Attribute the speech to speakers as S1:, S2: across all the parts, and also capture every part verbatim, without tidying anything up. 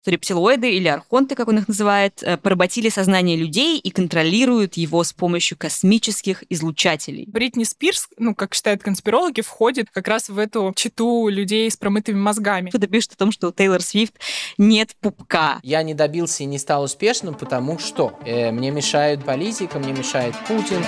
S1: что рептилоиды, или архонты, как он их называет, поработили сознание людей и контролируют его с помощью космических излучателей.
S2: Бритни Спирс, ну, как считают конспирологи, входит как раз в эту чету людей с промытыми мозгами.
S1: Кто-то пишет о том, что у Тейлор Свифт нет пупка.
S3: Я не добился и не стал успешным, потому что э, мне мешает политика, мне мешает Путин.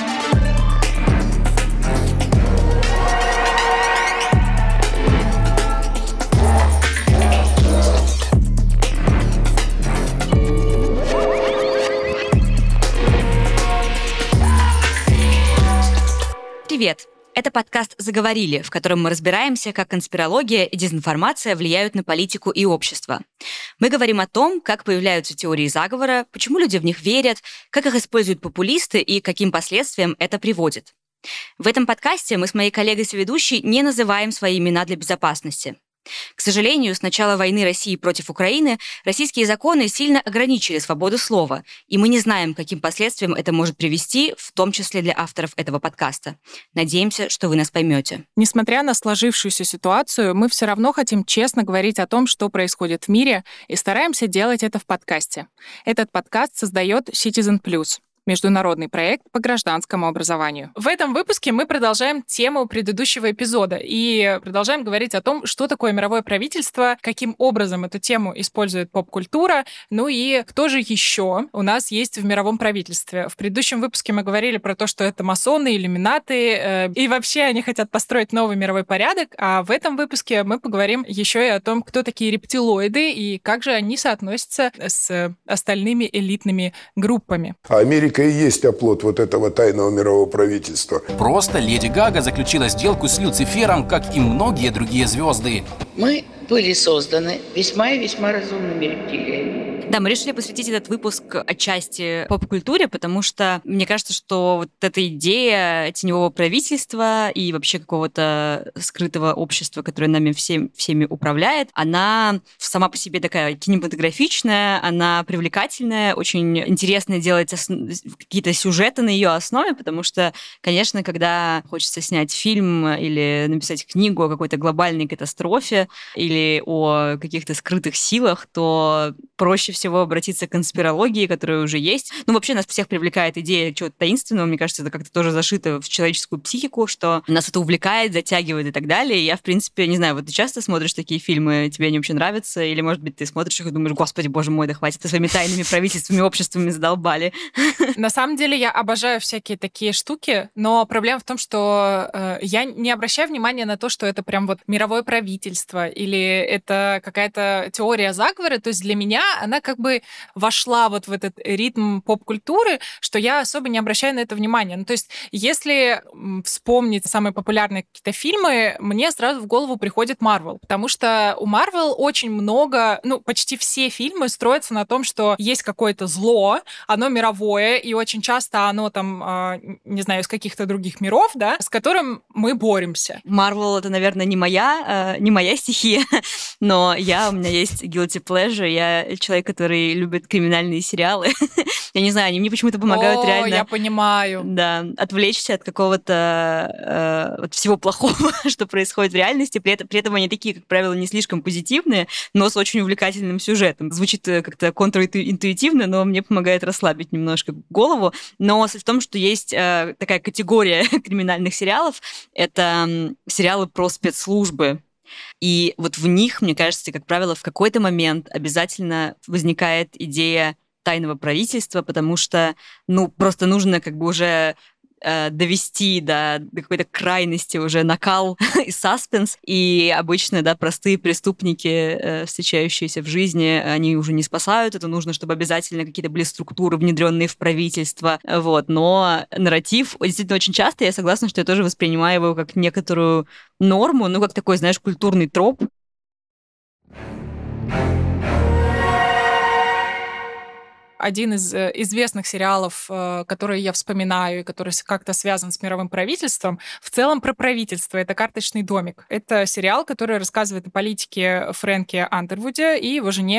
S1: Привет! Это подкаст «Заговорили», в котором мы разбираемся, как конспирология и дезинформация влияют на политику и общество. Мы говорим о том, как появляются теории заговора, почему люди в них верят, как их используют популисты и каким последствиям это приводит. В этом подкасте мы с моей коллегой-соведущей не называем свои имена для безопасности. К сожалению, с начала войны России против Украины российские законы сильно ограничили свободу слова, и мы не знаем, к каким последствиям это может привести, в том числе для авторов этого подкаста. Надеемся, что вы нас поймете.
S2: Несмотря на сложившуюся ситуацию, мы все равно хотим честно говорить о том, что происходит в мире, и стараемся делать это в подкасте. Этот подкаст создает Citizen Plus. Международный проект по гражданскому образованию. В этом выпуске мы продолжаем тему предыдущего эпизода и продолжаем говорить о том, что такое мировое правительство, каким образом эту тему использует поп-культура, ну и кто же еще у нас есть в мировом правительстве. В предыдущем выпуске мы говорили про то, что это масоны, иллюминаты, э, и вообще они хотят построить новый мировой порядок, а в этом выпуске мы поговорим еще и о том, кто такие рептилоиды и как же они соотносятся с остальными элитными группами.
S4: Америка и есть оплот вот этого тайного мирового правительства.
S5: Просто Леди Гага заключила сделку с Люцифером, как и многие другие звезды.
S6: Мы были созданы весьма и весьма разумными рептилиями.
S1: Да, мы решили посвятить этот выпуск отчасти поп-культуре, потому что мне кажется, что вот эта идея теневого правительства и вообще какого-то скрытого общества, которое нами всем, всеми управляет, она сама по себе такая кинематографичная, она привлекательная, очень интересно делать основ... какие-то сюжеты на ее основе, потому что, конечно, когда хочется снять фильм или написать книгу о какой-то глобальной катастрофе или о каких-то скрытых силах, то проще всего обратиться к конспирологии, которая уже есть. Ну, вообще нас всех привлекает идея чего-то таинственного. Мне кажется, это как-то тоже зашито в человеческую психику, что нас это увлекает, затягивает и так далее. И я, в принципе, не знаю, вот ты часто смотришь такие фильмы, тебе они вообще нравятся? Или, может быть, ты смотришь их и думаешь, господи, боже мой, да хватит, со своими тайными правительствами, обществами задолбали.
S2: На самом деле я обожаю всякие такие штуки, но проблема в том, что э, я не обращаю внимания на то, что это прям вот мировое правительство или это какая-то теория заговора. То есть для меня она как бы вошла вот в этот ритм поп-культуры, что я особо не обращаю на это внимания. Ну, то есть если вспомнить самые популярные какие-то фильмы, мне сразу в голову приходит Marvel, потому что у Marvel очень много, ну, почти все фильмы строятся на том, что есть какое-то зло, оно мировое, и очень часто оно там, э, не знаю, из каких-то других миров, да, с которым мы боремся.
S1: Marvel — это, наверное, не моя, э, не моя стихия, но я, у меня есть guilty pleasure, я человек, который любит криминальные сериалы. Я не знаю, они мне почему-то помогают
S2: О,
S1: реально...
S2: я понимаю.
S1: Да, отвлечься от какого-то... Э, от всего плохого, что происходит в реальности. При этом, при этом они такие, как правило, не слишком позитивные, но с очень увлекательным сюжетом. Звучит как-то контринтуитивно, но мне помогает расслабить немножко голову. Но суть в том, что есть э, такая категория криминальных сериалов. Это э, сериалы про спецслужбы. И вот в них, мне кажется, как правило, в какой-то момент обязательно возникает идея тайного правительства, потому что, ну, просто нужно как бы уже э, довести до, до какой-то крайности уже накал и саспенс. И обычно, да, простые преступники, э, встречающиеся в жизни, они уже не спасают. Это нужно, чтобы обязательно какие-то были структуры, внедренные в правительство. Вот. Но нарратив действительно очень часто, я согласна, что я тоже воспринимаю его как некоторую норму, ну, как такой, знаешь, культурный троп.
S2: Один из известных сериалов, которые я вспоминаю, и который как-то связан с мировым правительством, в целом про правительство. Это «Карточный домик». Это сериал, который рассказывает о политике Фрэнки Андервуде и его жене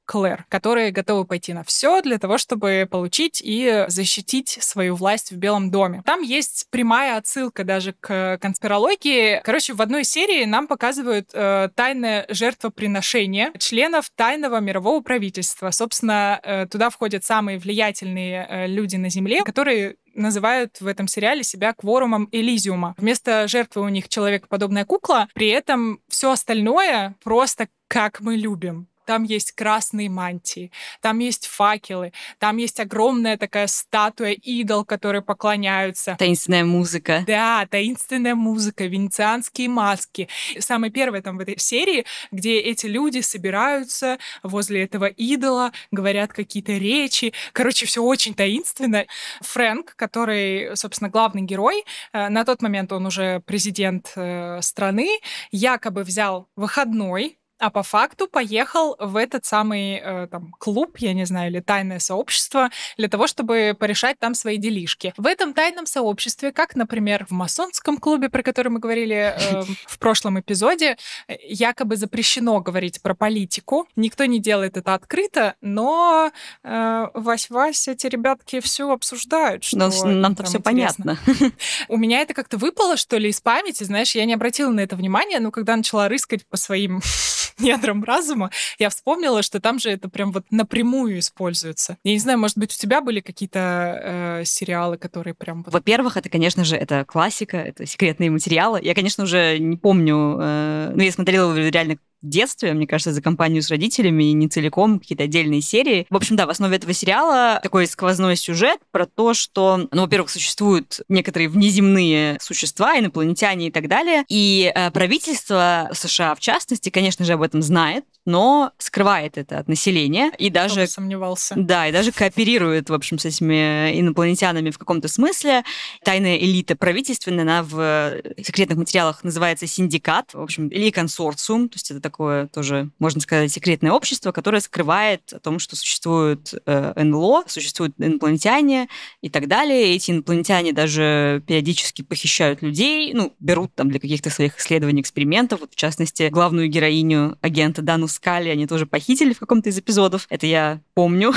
S2: Клэр, которые готовы пойти на все для того, чтобы получить и защитить свою власть в Белом доме. Там есть прямая отсылка даже к конспирологии. Короче, в одной серии нам показывают э, тайное жертвоприношение членов тайного мирового правительства. Собственно, э, туда входят самые влиятельные э, люди на Земле, которые называют в этом сериале себя кворумом Элизиума. Вместо жертвы у них человекоподобная кукла, при этом все остальное просто как мы любим. Там есть красные мантии, там есть факелы, там есть огромная такая статуя, идол, которой поклоняются.
S1: Таинственная музыка.
S2: Да, таинственная музыка, венецианские маски. Самое первое там в этой серии, где эти люди собираются возле этого идола, говорят какие-то речи. Короче, все очень таинственно. Фрэнк, который, собственно, главный герой, на тот момент он уже президент страны, якобы взял выходной, а по факту поехал в этот самый э, там, клуб, я не знаю, или тайное сообщество, для того, чтобы порешать там свои делишки. В этом тайном сообществе, как, например, в масонском клубе, про который мы говорили э, в прошлом эпизоде, якобы запрещено говорить про политику. Никто не делает это открыто, но э, Вась-Вась, эти ребятки все обсуждают. Что
S1: но нам-то все
S2: интересно.
S1: понятно.
S2: У меня это как-то выпало, что ли, из памяти, знаешь, я не обратила на это внимания, но когда начала рыскать по своим недрам разума, я вспомнила, что там же это прям вот напрямую используется. Я не знаю, может быть, у тебя были какие-то э, сериалы, которые прям... Вот...
S1: Во-первых, это, конечно же, это классика, это секретные материалы. Я, конечно, уже не помню... Э, ну, я смотрела реально в детстве, мне кажется, за компанию с родителями, не целиком, какие-то отдельные серии. В общем, да, в основе этого сериала такой сквозной сюжет про то, что, ну, во-первых, существуют некоторые внеземные существа, инопланетяне и так далее, и э, правительство США, в частности, конечно же, об этом знает, но скрывает это от населения и даже...
S2: Кто бы сомневался.
S1: Да, и даже кооперирует, в общем, с этими инопланетянами в каком-то смысле. Тайная элита правительственная, она в секретных материалах называется синдикат, в общем, или консорциум, то есть это такое тоже, можно сказать, секретное общество, которое скрывает о том, что существует э, эн эл о, существуют инопланетяне и так далее. Эти инопланетяне даже периодически похищают людей, ну, берут там для каких-то своих исследований, экспериментов. Вот, в частности, главную героиню агента Дану Скали они тоже похитили в каком-то из эпизодов. Это я помню.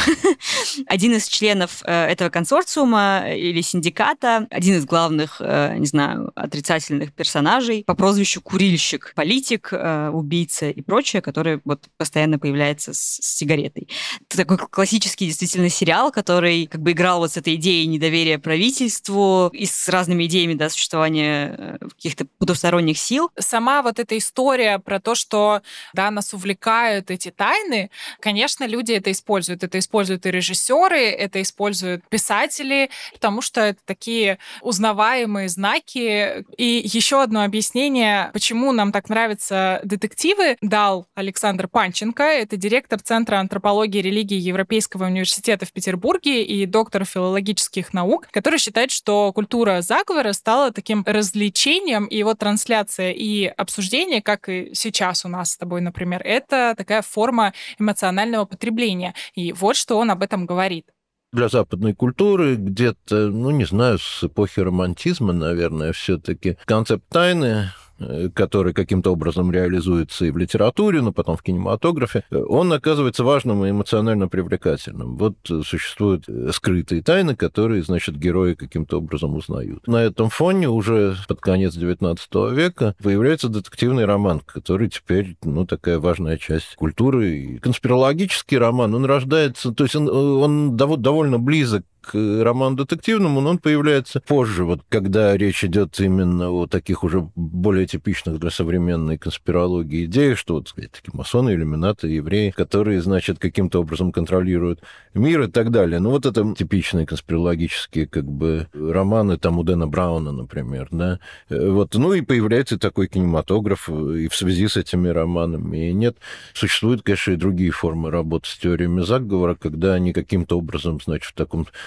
S1: Один из членов э, этого консорциума или синдиката, один из главных, э, не знаю, отрицательных персонажей по прозвищу Курильщик, политик, э, убийца и прочее, который вот постоянно появляется с, с сигаретой. Это такой классический действительно сериал, который как бы играл вот с этой идеей недоверия правительству и с разными идеями, да, существования каких-то потусторонних сил.
S2: Сама вот эта история про то, что, да, нас увлекают эти тайны, конечно, люди это используют. Это используют и режиссеры, это используют писатели, потому что это такие узнаваемые знаки. И еще одно объяснение, почему нам так нравятся детективы, дал Александр Панченко. Это директор Центра антропологии и религии Европейского университета в Петербурге и доктор филологических наук, который считает, что культура заговора стала таким развлечением, и его трансляция и обсуждение, как и сейчас у нас с тобой, например, это такая форма эмоционального потребления. И вот что он об этом говорит.
S7: Для западной культуры где-то, ну, не знаю, с эпохи романтизма, наверное, все-таки концепт тайны, который каким-то образом реализуется и в литературе, но потом в кинематографе, он оказывается важным и эмоционально привлекательным. Вот существуют скрытые тайны, которые, значит, герои каким-то образом узнают. На этом фоне уже под конец девятнадцатого века появляется детективный роман, который теперь, ну, такая важная часть культуры. И конспирологический роман, он рождается, то есть он, он довольно близок к роману детективному, но он появляется позже, вот когда речь идет именно о таких уже более типичных для современной конспирологии идеях, что, вот, сказать, такие масоны, иллюминаты, евреи, которые, значит, каким-то образом контролируют мир и так далее. Ну, вот это типичные конспирологические, как бы, романы, там, у Дэна Брауна, например, да. Вот, ну, и появляется такой кинематограф и в связи с этими романами. И нет, существуют, конечно, и другие формы работы с теориями заговора, когда они каким-то образом, значит, в таком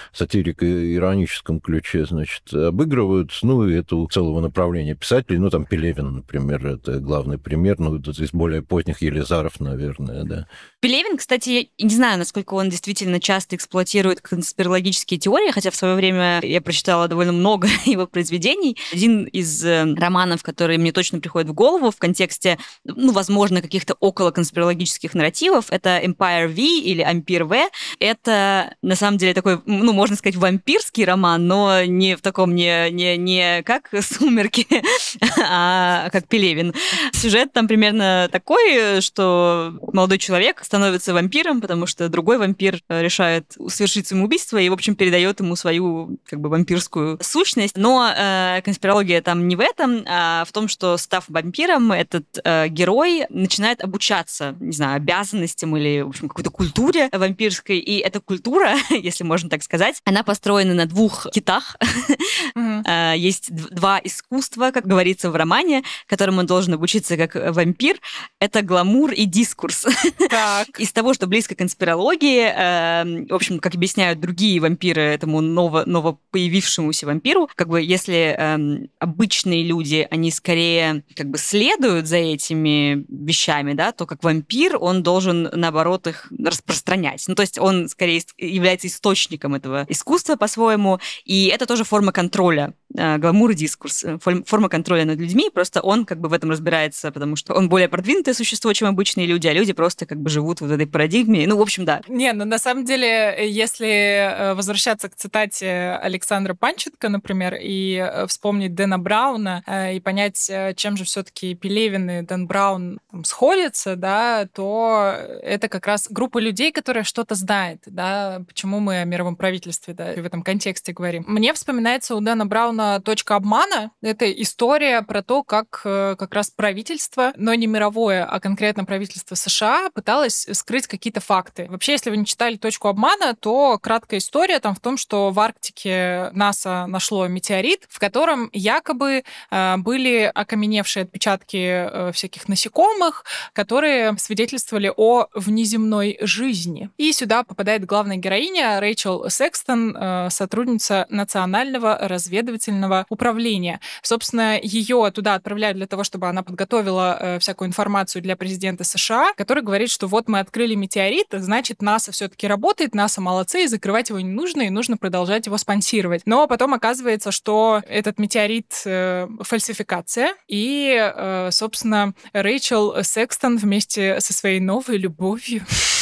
S7: сатирико-ироническом ключе, значит, обыгрывают, ну, и это у целого направления писателей, ну, там Пелевин, например, это главный пример, ну, из более поздних Елизаров, наверное, да.
S1: Пелевин, кстати, я не знаю, насколько он действительно часто эксплуатирует конспирологические теории, хотя в свое время я прочитала довольно много его произведений. Один из романов, который мне точно приходит в голову в контексте, ну, возможно, каких-то околоконспирологических нарративов, это Empire V или Empire V. Это, на самом деле, такой, ну, можно сказать, вампирский роман, но не в таком, не, не, не как «Сумерки», а как Пелевин. Сюжет там примерно такой, что молодой человек становится вампиром, потому что другой вампир решает совершить самоубийство и, в общем, передает ему свою, как бы, вампирскую сущность. Но э, конспирология там не в этом, а в том, что, став вампиром, этот э, герой начинает обучаться, не знаю, обязанностям или, в общем, какой-то культуре вампирской. И эта культура, если можно так сказать, она построена на двух китах. Mm-hmm. Есть два искусства, как говорится в романе, которым он должен обучиться как вампир. Это гламур и дискурс. Так. Из того, что близко к конспирологии, э, в общем, как объясняют другие вампиры этому ново, новопоявившемуся вампиру, как бы если э, обычные люди, они скорее как бы следуют за этими вещами, да, то как вампир он должен, наоборот, их распространять. Ну, то есть он скорее является источником этого искусства по-своему, и это тоже форма контроля. Гламур и дискурс, форма контроля над людьми, просто он как бы в этом разбирается, потому что он более продвинутое существо, чем обычные люди, а люди просто как бы живут в этой парадигме. Ну, в общем, да.
S2: Не, ну на самом деле, если возвращаться к цитате Александра Панченко, например, и вспомнить Дэна Брауна, и понять, чем же все-таки Пелевин и Дэн Браун там сходятся, да, то это как раз группа людей, которая что-то знает, да, почему мы о мировом правительстве, да, в этом контексте говорим. Мне вспоминается у Дэна Брауна «Точка обмана». Это история про то, как как раз правительство, но не мировое, а конкретно правительство США пыталось скрыть какие-то факты. Вообще, если вы не читали «Точку обмана», то краткая история там в том, что в Арктике НАСА нашло метеорит, в котором якобы были окаменевшие отпечатки всяких насекомых, которые свидетельствовали о внеземной жизни. И сюда попадает главная героиня Рэйчел Секстон, сотрудница Национального разведывательного управления. Собственно, ее туда отправляют для того, чтобы она подготовила э, всякую информацию для президента США, который говорит, что вот мы открыли метеорит, значит, НАСА все-таки работает, НАСА молодцы, и закрывать его не нужно, и нужно продолжать его спонсировать. Но потом оказывается, что этот метеорит э, фальсификация, и, э, собственно, Рэйчел Секстон вместе со своей новой любовью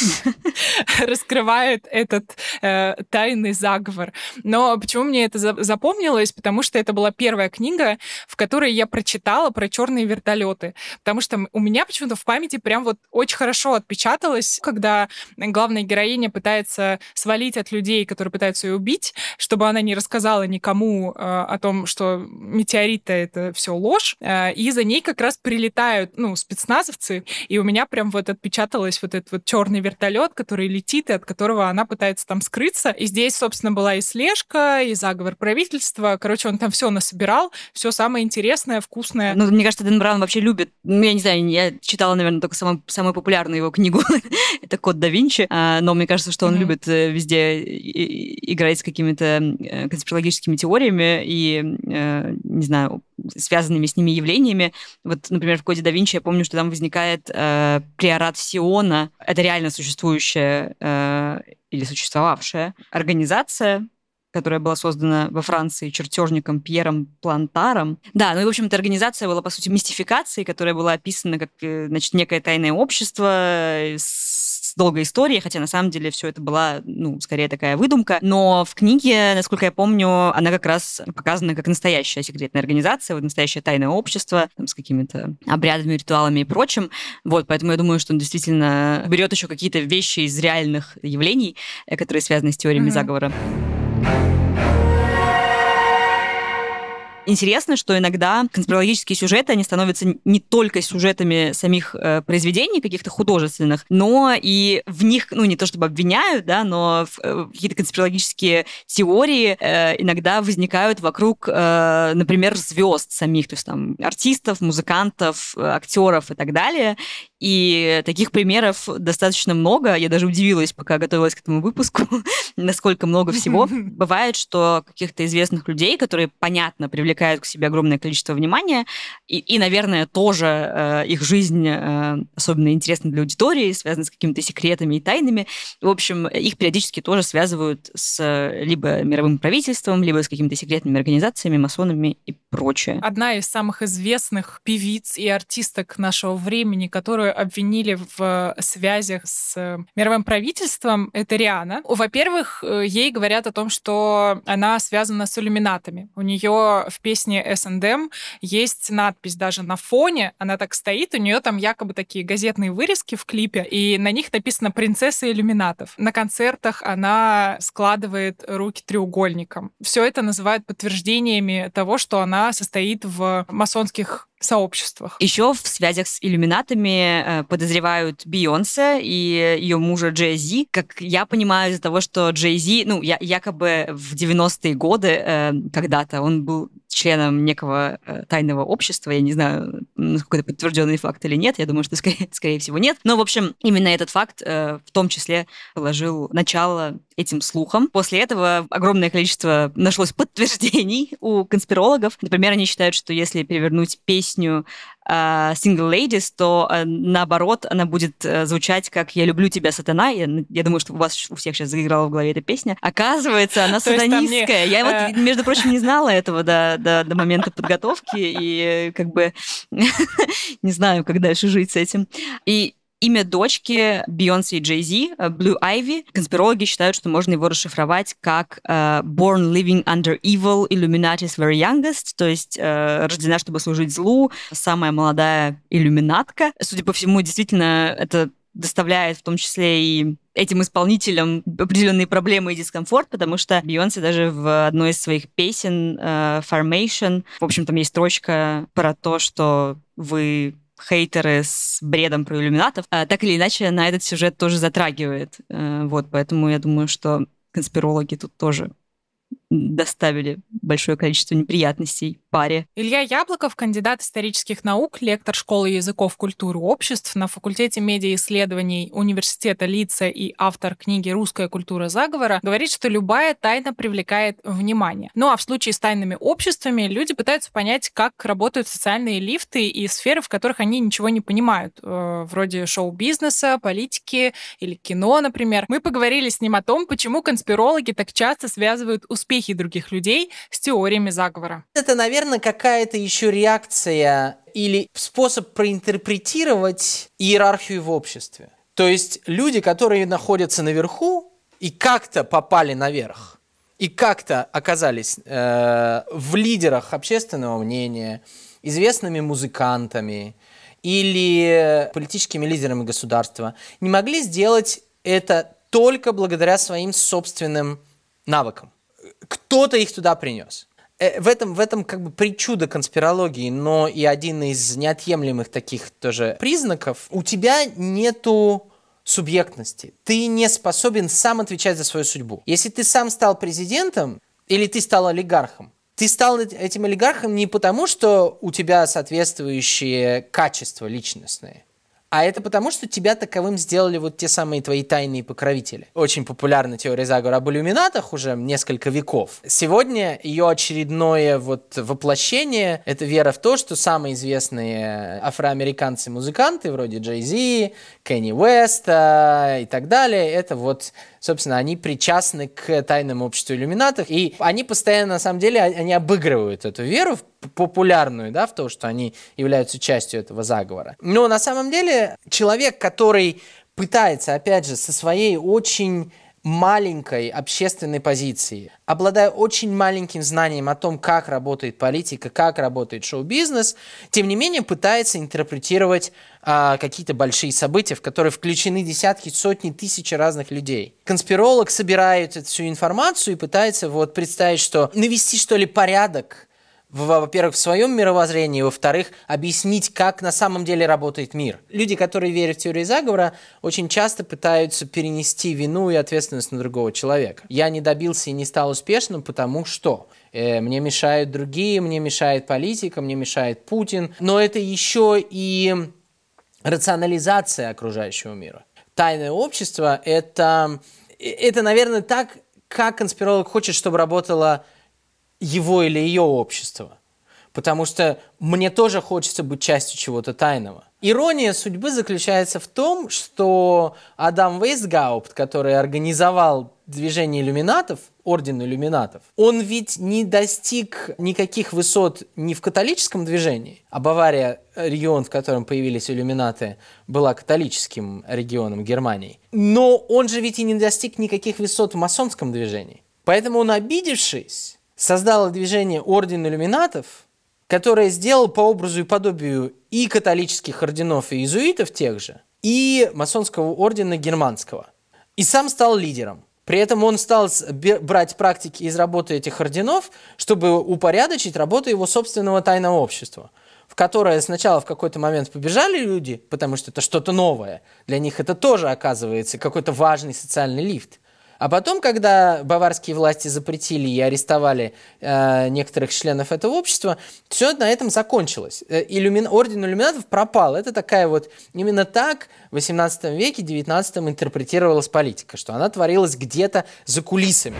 S2: раскрывает этот э, тайный заговор. Но почему мне это запомнилось? Потому что это была первая книга, в которой я прочитала про черные вертолеты. Потому что у меня почему-то в памяти прям вот очень хорошо отпечаталось, когда главная героиня пытается свалить от людей, которые пытаются ее убить, чтобы она не рассказала никому э, о том, что метеорит-то это все ложь. Э, и за ней как раз прилетают, ну, спецназовцы, и у меня прям вот отпечаталось вот этот вот черный вертолет, который летит, и от которого она пытается там скрыться. И здесь, собственно, была и слежка, и заговор правительства. Короче, он там все насобирал, все самое интересное, вкусное.
S1: Ну, мне кажется, Дэн Браун вообще любит, ну, я не знаю, я читала, наверное, только самую, самую популярную его книгу, это «Код да Винчи», но мне кажется, что он mm-hmm. любит везде играть с какими-то конспирологическими теориями и, не знаю, связанными с ними явлениями. Вот, например, в «Коде да Винчи» я помню, что там возникает э, приорат Сиона. Это реально существующая э, или существовавшая организация, которая была создана во Франции чертежником Пьером Плантаром. Да, ну и, в общем-то, организация была, по сути, мистификацией, которая была описана как, значит, некое тайное общество с долгой историей, хотя на самом деле все это была, ну, скорее такая выдумка. Но в книге, насколько я помню, она как раз показана как настоящая секретная организация, вот настоящее тайное общество там, с какими-то обрядами, ритуалами и прочим. Вот, поэтому я думаю, что он действительно берет еще какие-то вещи из реальных явлений, которые связаны с теориями mm-hmm. заговора. Интересно, что иногда конспирологические сюжеты, они становятся не только сюжетами самих э, произведений каких-то художественных, но и в них, ну, не то чтобы обвиняют, да, но в, э, какие-то конспирологические теории э, иногда возникают вокруг, э, например, звезд самих, то есть там артистов, музыкантов, актеров и так далее. И таких примеров достаточно много. Я даже удивилась, пока готовилась к этому выпуску, насколько много всего. Бывает, что каких-то известных людей, которые, понятно, привлекают к себе огромное количество внимания, и, и наверное, тоже э, их жизнь э, особенно интересна для аудитории, связана с какими-то секретами и тайнами. В общем, их периодически тоже связывают с либо мировым правительством, либо с какими-то секретными организациями, масонами и прочее.
S2: Одна из самых известных певиц и артисток нашего времени, которую обвинили в связях с мировым правительством, это Риhanna. Во-первых, ей говорят о том, что она связана с иллюминатами. У нее в песне эс энд эм есть надпись даже на фоне, она так стоит, у нее там якобы такие газетные вырезки в клипе, и на них написано «Принцесса иллюминатов». На концертах она складывает руки треугольником. Все это называют подтверждениями того, что она состоит в масонских сообществах.
S1: Еще в связях с иллюминатами э, подозревают Бейонсе и ее мужа Джей Зи. Как я понимаю, из-за того, что Джей Зи, ну, я, якобы в девяностые годы э, когда-то он был членом некого э, тайного общества. Я не знаю, насколько это подтвержденный факт или нет. Я думаю, что скорее, скорее всего нет. Но, в общем, именно этот факт э, в том числе положил начало этим слухам. После этого огромное количество нашлось подтверждений у конспирологов. Например, они считают, что если перевернуть песню uh, Single Ladies, то uh, наоборот она будет uh, звучать как «Я люблю тебя, сатана». Я, я думаю, что у вас у всех сейчас заиграла в голове эта песня. Оказывается, она сатанистская. Я вот, между прочим, не знала этого до, до, до момента подготовки и как бы не знаю, как дальше жить с этим. И имя дочки Бейонсе и Джей Зи, Blue Ivy, конспирологи считают, что можно его расшифровать как uh, Born Living Under Evil, Illuminati's Very Youngest, то есть uh, рождена, чтобы служить злу, самая молодая иллюминатка. Судя по всему, действительно, это доставляет в том числе и этим исполнителям определенные проблемы и дискомфорт, потому что Бейонсе даже в одной из своих песен uh, Formation, в общем, там есть строчка про то, что вы хейтеры с бредом про иллюминатов, а, так или иначе на этот сюжет тоже затрагивает. А, вот, поэтому я думаю, что конспирологи тут тоже доставили большое количество неприятностей паре.
S2: Илья Яблоков, кандидат исторических наук, лектор школы языков, культуры, обществ на факультете медиаисследований Университета Лидса и автор книги «Русская культура заговора», говорит, что любая тайна привлекает внимание. Ну а в случае с тайными обществами люди пытаются понять, как работают социальные лифты и сферы, в которых они ничего не понимают, вроде шоу-бизнеса, политики или кино, например. Мы поговорили с ним о том, почему конспирологи так часто связывают успехи других людей с теориями заговора.
S3: Это, наверное, какая-то еще реакция или способ проинтерпретировать иерархию в обществе. То есть люди, которые находятся наверху и как-то попали наверх, и как-то оказались э, в лидерах общественного мнения, известными музыкантами или политическими лидерами государства, не могли сделать это только благодаря своим собственным навыкам. Кто-то их туда принес. В этом, в этом как бы причуда конспирологии, но и один из неотъемлемых таких тоже признаков. У тебя нету субъектности. Ты не способен сам отвечать за свою судьбу. Если ты сам стал президентом или ты стал олигархом, ты стал этим олигархом не потому, что у тебя соответствующие качества личностные, а это потому, что тебя таковым сделали вот те самые твои тайные покровители. Очень популярна теория заговора об иллюминатах уже несколько веков. Сегодня ее очередное вот воплощение – это вера в то, что самые известные афроамериканцы-музыканты, вроде Джей Зи, Кенни Уэста и так далее, это вот, собственно, они причастны к тайному обществу иллюминатов, и они постоянно, на самом деле, они обыгрывают эту веру популярную, да, в то, что они являются частью этого заговора. Но на самом деле человек, который пытается, опять же, со своей очень маленькой общественной позиции, обладая очень маленьким знанием о том, как работает политика, как работает шоу-бизнес, тем не менее пытается интерпретировать а, какие-то большие события, в которые включены десятки, сотни, тысячи разных людей. Конспиролог собирает эту всю информацию и пытается вот представить, что навести, что ли, порядок, во-первых, в своем мировоззрении, во-вторых, объяснить, как на самом деле работает мир. Люди, которые верят в теорию заговора, очень часто пытаются перенести вину и ответственность на другого человека. Я не добился и не стал успешным, потому что э, мне мешают другие, мне мешает политика, мне мешает Путин. Но это еще и рационализация окружающего мира. Тайное общество — это, это, наверное, так, как конспиролог хочет, чтобы работало его или ее общество. Потому что мне тоже хочется быть частью чего-то тайного. Ирония судьбы заключается в том, что Адам Вейсгаупт, который организовал движение иллюминатов, орден иллюминатов, он ведь не достиг никаких высот ни в католическом движении, а Бавария, регион, в котором появились иллюминаты, была католическим регионом Германии. Но он же ведь и не достиг никаких высот в масонском движении. Поэтому он, обидевшись, создал движение орден иллюминатов, которое сделал по образу и подобию и католических орденов и иезуитов тех же, и масонского ордена германского. И сам стал лидером. При этом он стал брать практики из работы этих орденов, чтобы упорядочить работу его собственного тайного общества, в которое сначала в какой-то момент побежали люди, потому что это что-то новое. Для них это тоже, оказывается, какой-то важный социальный лифт. А потом, когда баварские власти запретили и арестовали э, некоторых членов этого общества, все на этом закончилось. Иллюмин... Орден иллюминатов пропал. Это такая вот... Именно так в восемнадцатом веке, девятнадцатом интерпретировалась политика, что она творилась где-то за кулисами.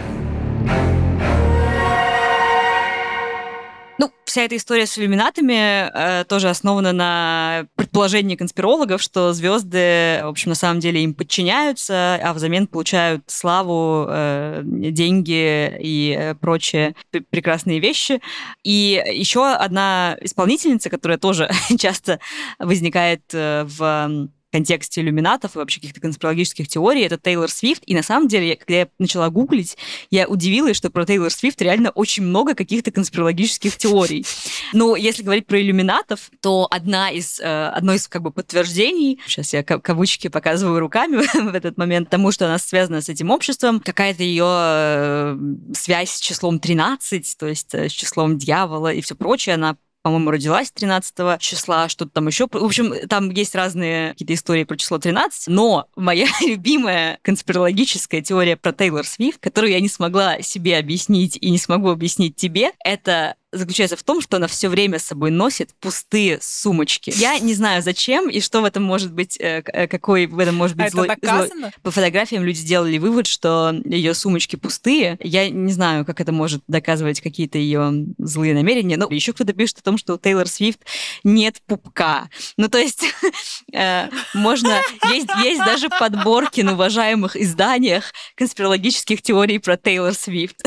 S1: Ну, вся эта история с иллюминатами э, тоже основана на предположении конспирологов, что звезды, в общем, на самом деле им подчиняются, а взамен получают славу, э, деньги и э, прочие п- прекрасные вещи. И еще одна исполнительница, которая тоже часто возникает э, в контексте иллюминатов и вообще каких-то конспирологических теорий, это Тейлор Свифт. И на самом деле, когда я начала гуглить, я удивилась, что про Тейлор Свифт реально очень много каких-то конспирологических теорий. Но если говорить про иллюминатов, то одна из, одно из как бы подтверждений, сейчас я кавычки показываю руками в этот момент, тому, что она связана с этим обществом, какая-то ее связь с числом тринадцать, то есть с числом дьявола и все прочее, она по-моему, родилась тринадцатого числа, что-то там еще. В общем, там есть разные какие-то истории про число тринадцать, но моя любимая конспирологическая теория про Тейлор Свифт, которую я не смогла себе объяснить и не смогу объяснить тебе, это заключается в том, что она все время с собой носит пустые сумочки. Я не знаю, зачем и что в этом может быть, какой в этом может быть
S2: а
S1: злой...
S2: это доказано?
S1: злой... По фотографиям люди сделали вывод, что ее сумочки пустые. Я не знаю, как это может доказывать какие-то ее злые намерения. Но еще кто-то пишет о том, что у Тейлор Свифт нет пупка. Ну, то есть можно... Есть, есть даже подборки на уважаемых изданиях конспирологических теорий про Тейлор Свифт.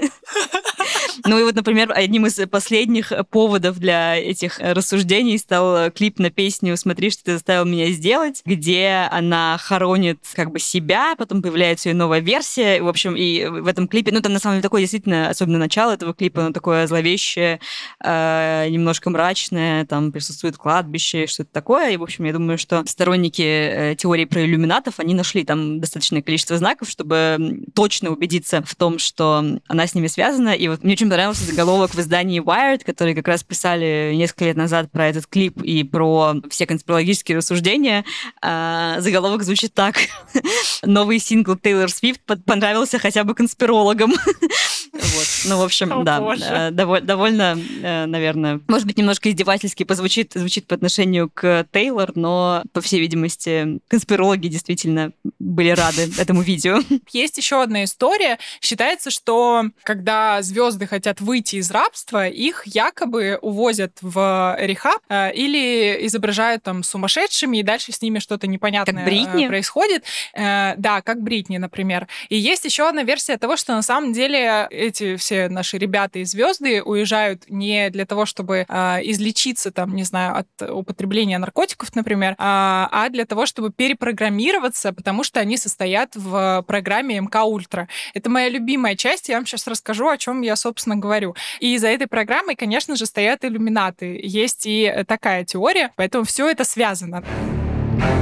S1: Ну и вот, например, одним из последних поводов для этих рассуждений стал клип на песню «Смотри, что ты заставил меня сделать», где она хоронит как бы себя, потом появляется ее новая версия. В общем, и в этом клипе, ну там на самом деле такое действительно, особенно начало этого клипа, оно такое зловещее, э, немножко мрачное, там присутствует кладбище, что-то такое. И, в общем, я думаю, что сторонники э, теории про иллюминатов, они нашли там достаточное количество знаков, чтобы точно убедиться в том, что она с ними связана. И вот мне очень понравился заголовок в издании Wired, которые как раз писали несколько лет назад про этот клип и про все конспирологические рассуждения. А, заголовок звучит так. Новый сингл Тейлор Свифт понравился хотя бы конспирологам. Вот. Ну, в общем, О, да, довольно, довольно, наверное, может быть, немножко издевательски позвучит, звучит по отношению к Тейлор, но, по всей видимости, конспирологи действительно были рады этому видео.
S2: Есть еще одна история. Считается, что когда звезды хотят выйти из рабства, их якобы увозят в рехаб или изображают там сумасшедшими, и дальше с ними что-то непонятное
S1: как Бритни?
S2: происходит. Да, как Бритни, например. И есть еще одна версия того, что на самом деле эти все наши ребята и звезды уезжают не для того, чтобы а, излечиться, там, не знаю, от употребления наркотиков, например, а, а для того, чтобы перепрограммироваться, потому что они состоят в программе эм ка Ультра. Это моя любимая часть, я вам сейчас расскажу, о чем я, собственно, говорю. И за этой программой, конечно же, стоят иллюминаты. Есть и такая теория, поэтому все это связано.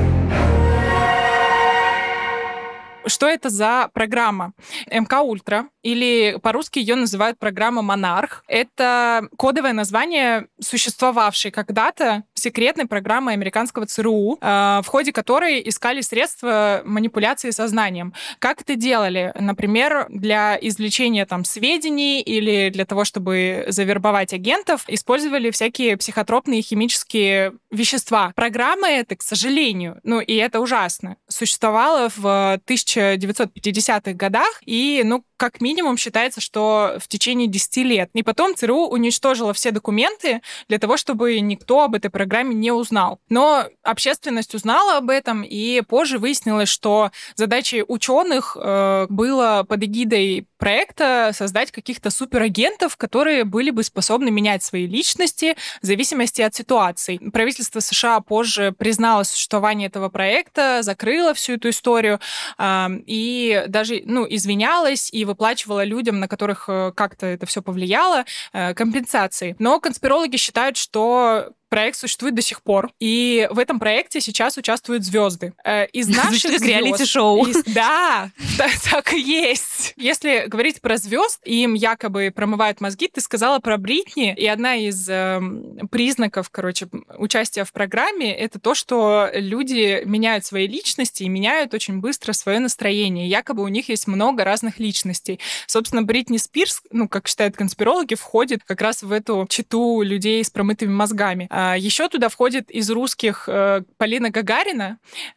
S2: Что это за программа? эм ка Ультра или по-русски ее называют программа «Монарх». Это кодовое название существовавшей когда-то секретной программы американского ЦРУ, в ходе которой искали средства манипуляции сознанием. Как это делали? Например, для извлечения там сведений или для того, чтобы завербовать агентов, использовали всякие психотропные химические вещества. Программа эта, к сожалению, ну и это ужасно, существовала в тысяча девятьсот пятидесятых годах, и, ну, как минимум считается, что в течение десяти лет. И потом ЦРУ уничтожила все документы для того, чтобы никто об этой программе не узнал. Но общественность узнала об этом, и позже выяснилось, что задачей ученых э, было под эгидой проекта создать каких-то суперагентов, которые были бы способны менять свои личности в зависимости от ситуаций. Правительство США позже признало существование этого проекта, закрыло всю эту историю э, и даже, ну, извинялось и выплачивала людям, на которых как-то это все повлияло, компенсации. Но конспирологи считают, что проект существует до сих пор. И в этом проекте сейчас участвуют звезды. Из наших звезд...
S1: реалити-шоу.
S2: Из... Да, так, так и есть. Если говорить про звезд, им якобы промывают мозги, ты сказала про Бритни, и одна из э, признаков, короче, участия в программе — это то, что люди меняют свои личности и меняют очень быстро свое настроение. Якобы у них есть много разных личностей. Собственно, Бритни Спирс, ну, как считают конспирологи, входит как раз в эту чету людей с промытыми мозгами. Еще туда входит из русских Полина Гагарина,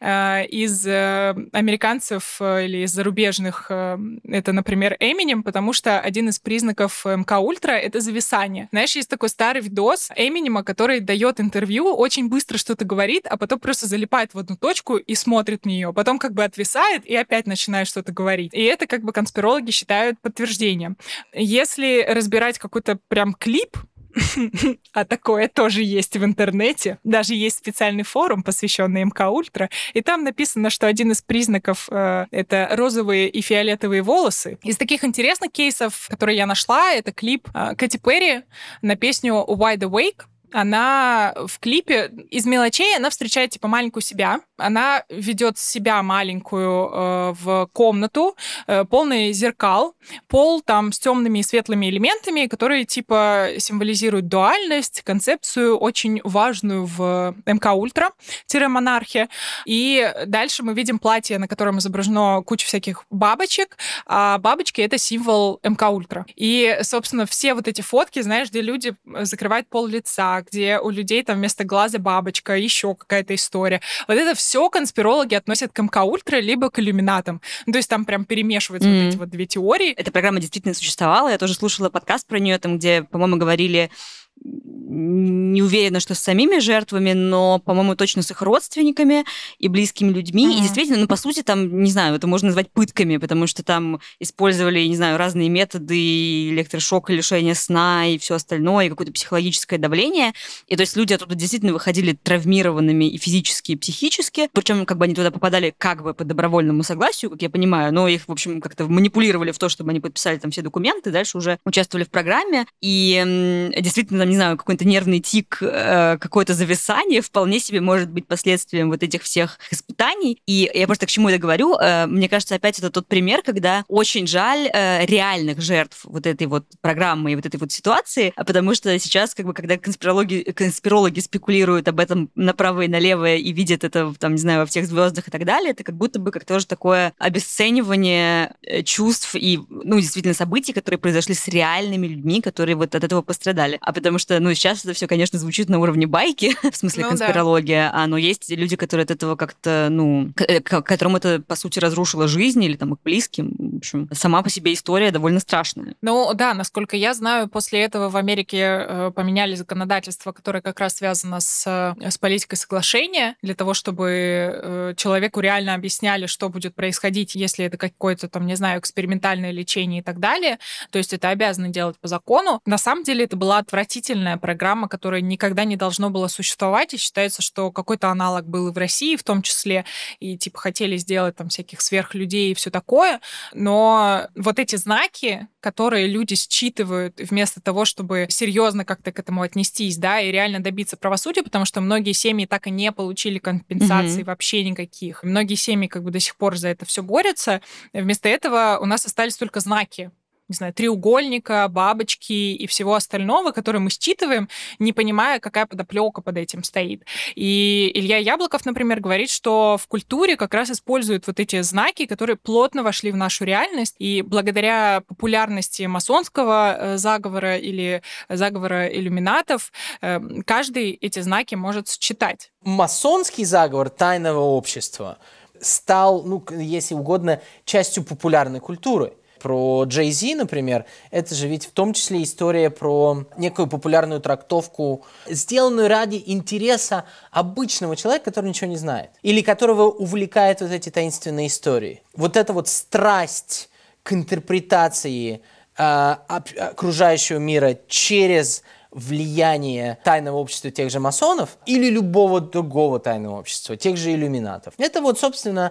S2: из американцев или из зарубежных это, например, Эминем, потому что один из признаков МК-ультра — это зависание. Знаешь, есть такой старый видос Эминема, который дает интервью, очень быстро что-то говорит, а потом просто залипает в одну точку и смотрит на нее, потом как бы отвисает и опять начинает что-то говорить. И это как бы конспирологи считают подтверждением. Если разбирать какой-то прям клип, а такое тоже есть в интернете. Даже есть специальный форум, посвященный МК-ультра, и там написано, что один из признаков э, — это розовые и фиолетовые волосы. Из таких интересных кейсов, которые я нашла, это клип э, Кэти Перри на песню «Wide Awake». Она в клипе из мелочей, она встречает типа маленькую себя, она ведет себя маленькую э, в комнату, э, полный зеркал, пол там с темными и светлыми элементами, которые типа символизируют дуальность, концепцию очень важную в МК-ультра-монархе. И дальше мы видим платье, на котором изображено куча всяких бабочек, а бабочки — это символ МК-ультра. И, собственно, все вот эти фотки, знаешь, где люди закрывают пол лица, где у людей там вместо глаза бабочка, еще какая-то история. Вот это все конспирологи относят к МК-ультра либо к иллюминатам. Ну, то есть там прям перемешиваются mm-hmm. вот эти вот две теории.
S1: Эта программа действительно существовала. Я тоже слушала подкаст про нее, там, где, по-моему, говорили... Не уверена, что с самими жертвами, но, по-моему, точно с их родственниками и близкими людьми. Mm-hmm. И действительно, ну, по сути, там, не знаю, это можно назвать пытками, потому что там использовали, не знаю, разные методы, электрошок, лишение сна и все остальное, и какое-то психологическое давление. И то есть люди оттуда действительно выходили травмированными и физически, и психически. Причем как бы они туда попадали как бы по добровольному согласию, как я понимаю, но их, в общем, как-то манипулировали в то, чтобы они подписали там все документы, дальше уже участвовали в программе. И действительно, там, не знаю, какой-то нервный тик, какое-то зависание вполне себе может быть последствием вот этих всех испытаний. И я просто к чему это говорю? Мне кажется, опять это тот пример, когда очень жаль реальных жертв вот этой вот программы и вот этой вот ситуации, потому что сейчас, как бы, когда конспирологи, конспирологи спекулируют об этом направо и налево и видят это, там, не знаю, во всех звездах и так далее, это как будто бы как тоже такое обесценивание чувств и, ну, действительно, событий, которые произошли с реальными людьми, которые вот от этого пострадали. А потому что, ну, сейчас это все, конечно, звучит на уровне байки, в смысле ну, конспирология, да. а, но есть люди, которые от этого как-то, ну, к- к- которым это, по сути, разрушило жизнь или там их близким. В общем, сама по себе история довольно страшная.
S2: Ну, да, насколько я знаю, после этого в Америке э, поменяли законодательство, которое как раз связано с, с политикой соглашения, для того, чтобы э, человеку реально объясняли, что будет происходить, если это какое-то, там, не знаю, экспериментальное лечение и так далее. То есть это обязаны делать по закону. На самом деле это была отвратительная программа, которая никогда не должно было существовать, и считается, что какой-то аналог был и в России в том числе, и типа хотели сделать там всяких сверхлюдей и все такое, но вот эти знаки, которые люди считывают вместо того, чтобы серьезно как-то к этому отнестись, да, и реально добиться правосудия, потому что многие семьи так и не получили компенсации mm-hmm. вообще никаких. Многие семьи как бы до сих пор за это все борются. Вместо этого у нас остались только знаки. не знаю, треугольника, бабочки и всего остального, которые мы считываем, не понимая, какая подоплека под этим стоит. И Илья Яблоков, например, говорит, что в культуре как раз используют вот эти знаки, которые плотно вошли в нашу реальность, и благодаря популярности масонского заговора или заговора иллюминатов каждый эти знаки может считать.
S3: Масонский заговор тайного общества стал, ну, если угодно, частью популярной культуры. Про Джей-Зи, например, это же ведь в том числе история про некую популярную трактовку, сделанную ради интереса обычного человека, который ничего не знает, или которого увлекают вот эти таинственные истории. Вот эта вот страсть к интерпретации э, окружающего мира через влияние тайного общества тех же масонов или любого другого тайного общества, тех же иллюминатов. Это вот, собственно,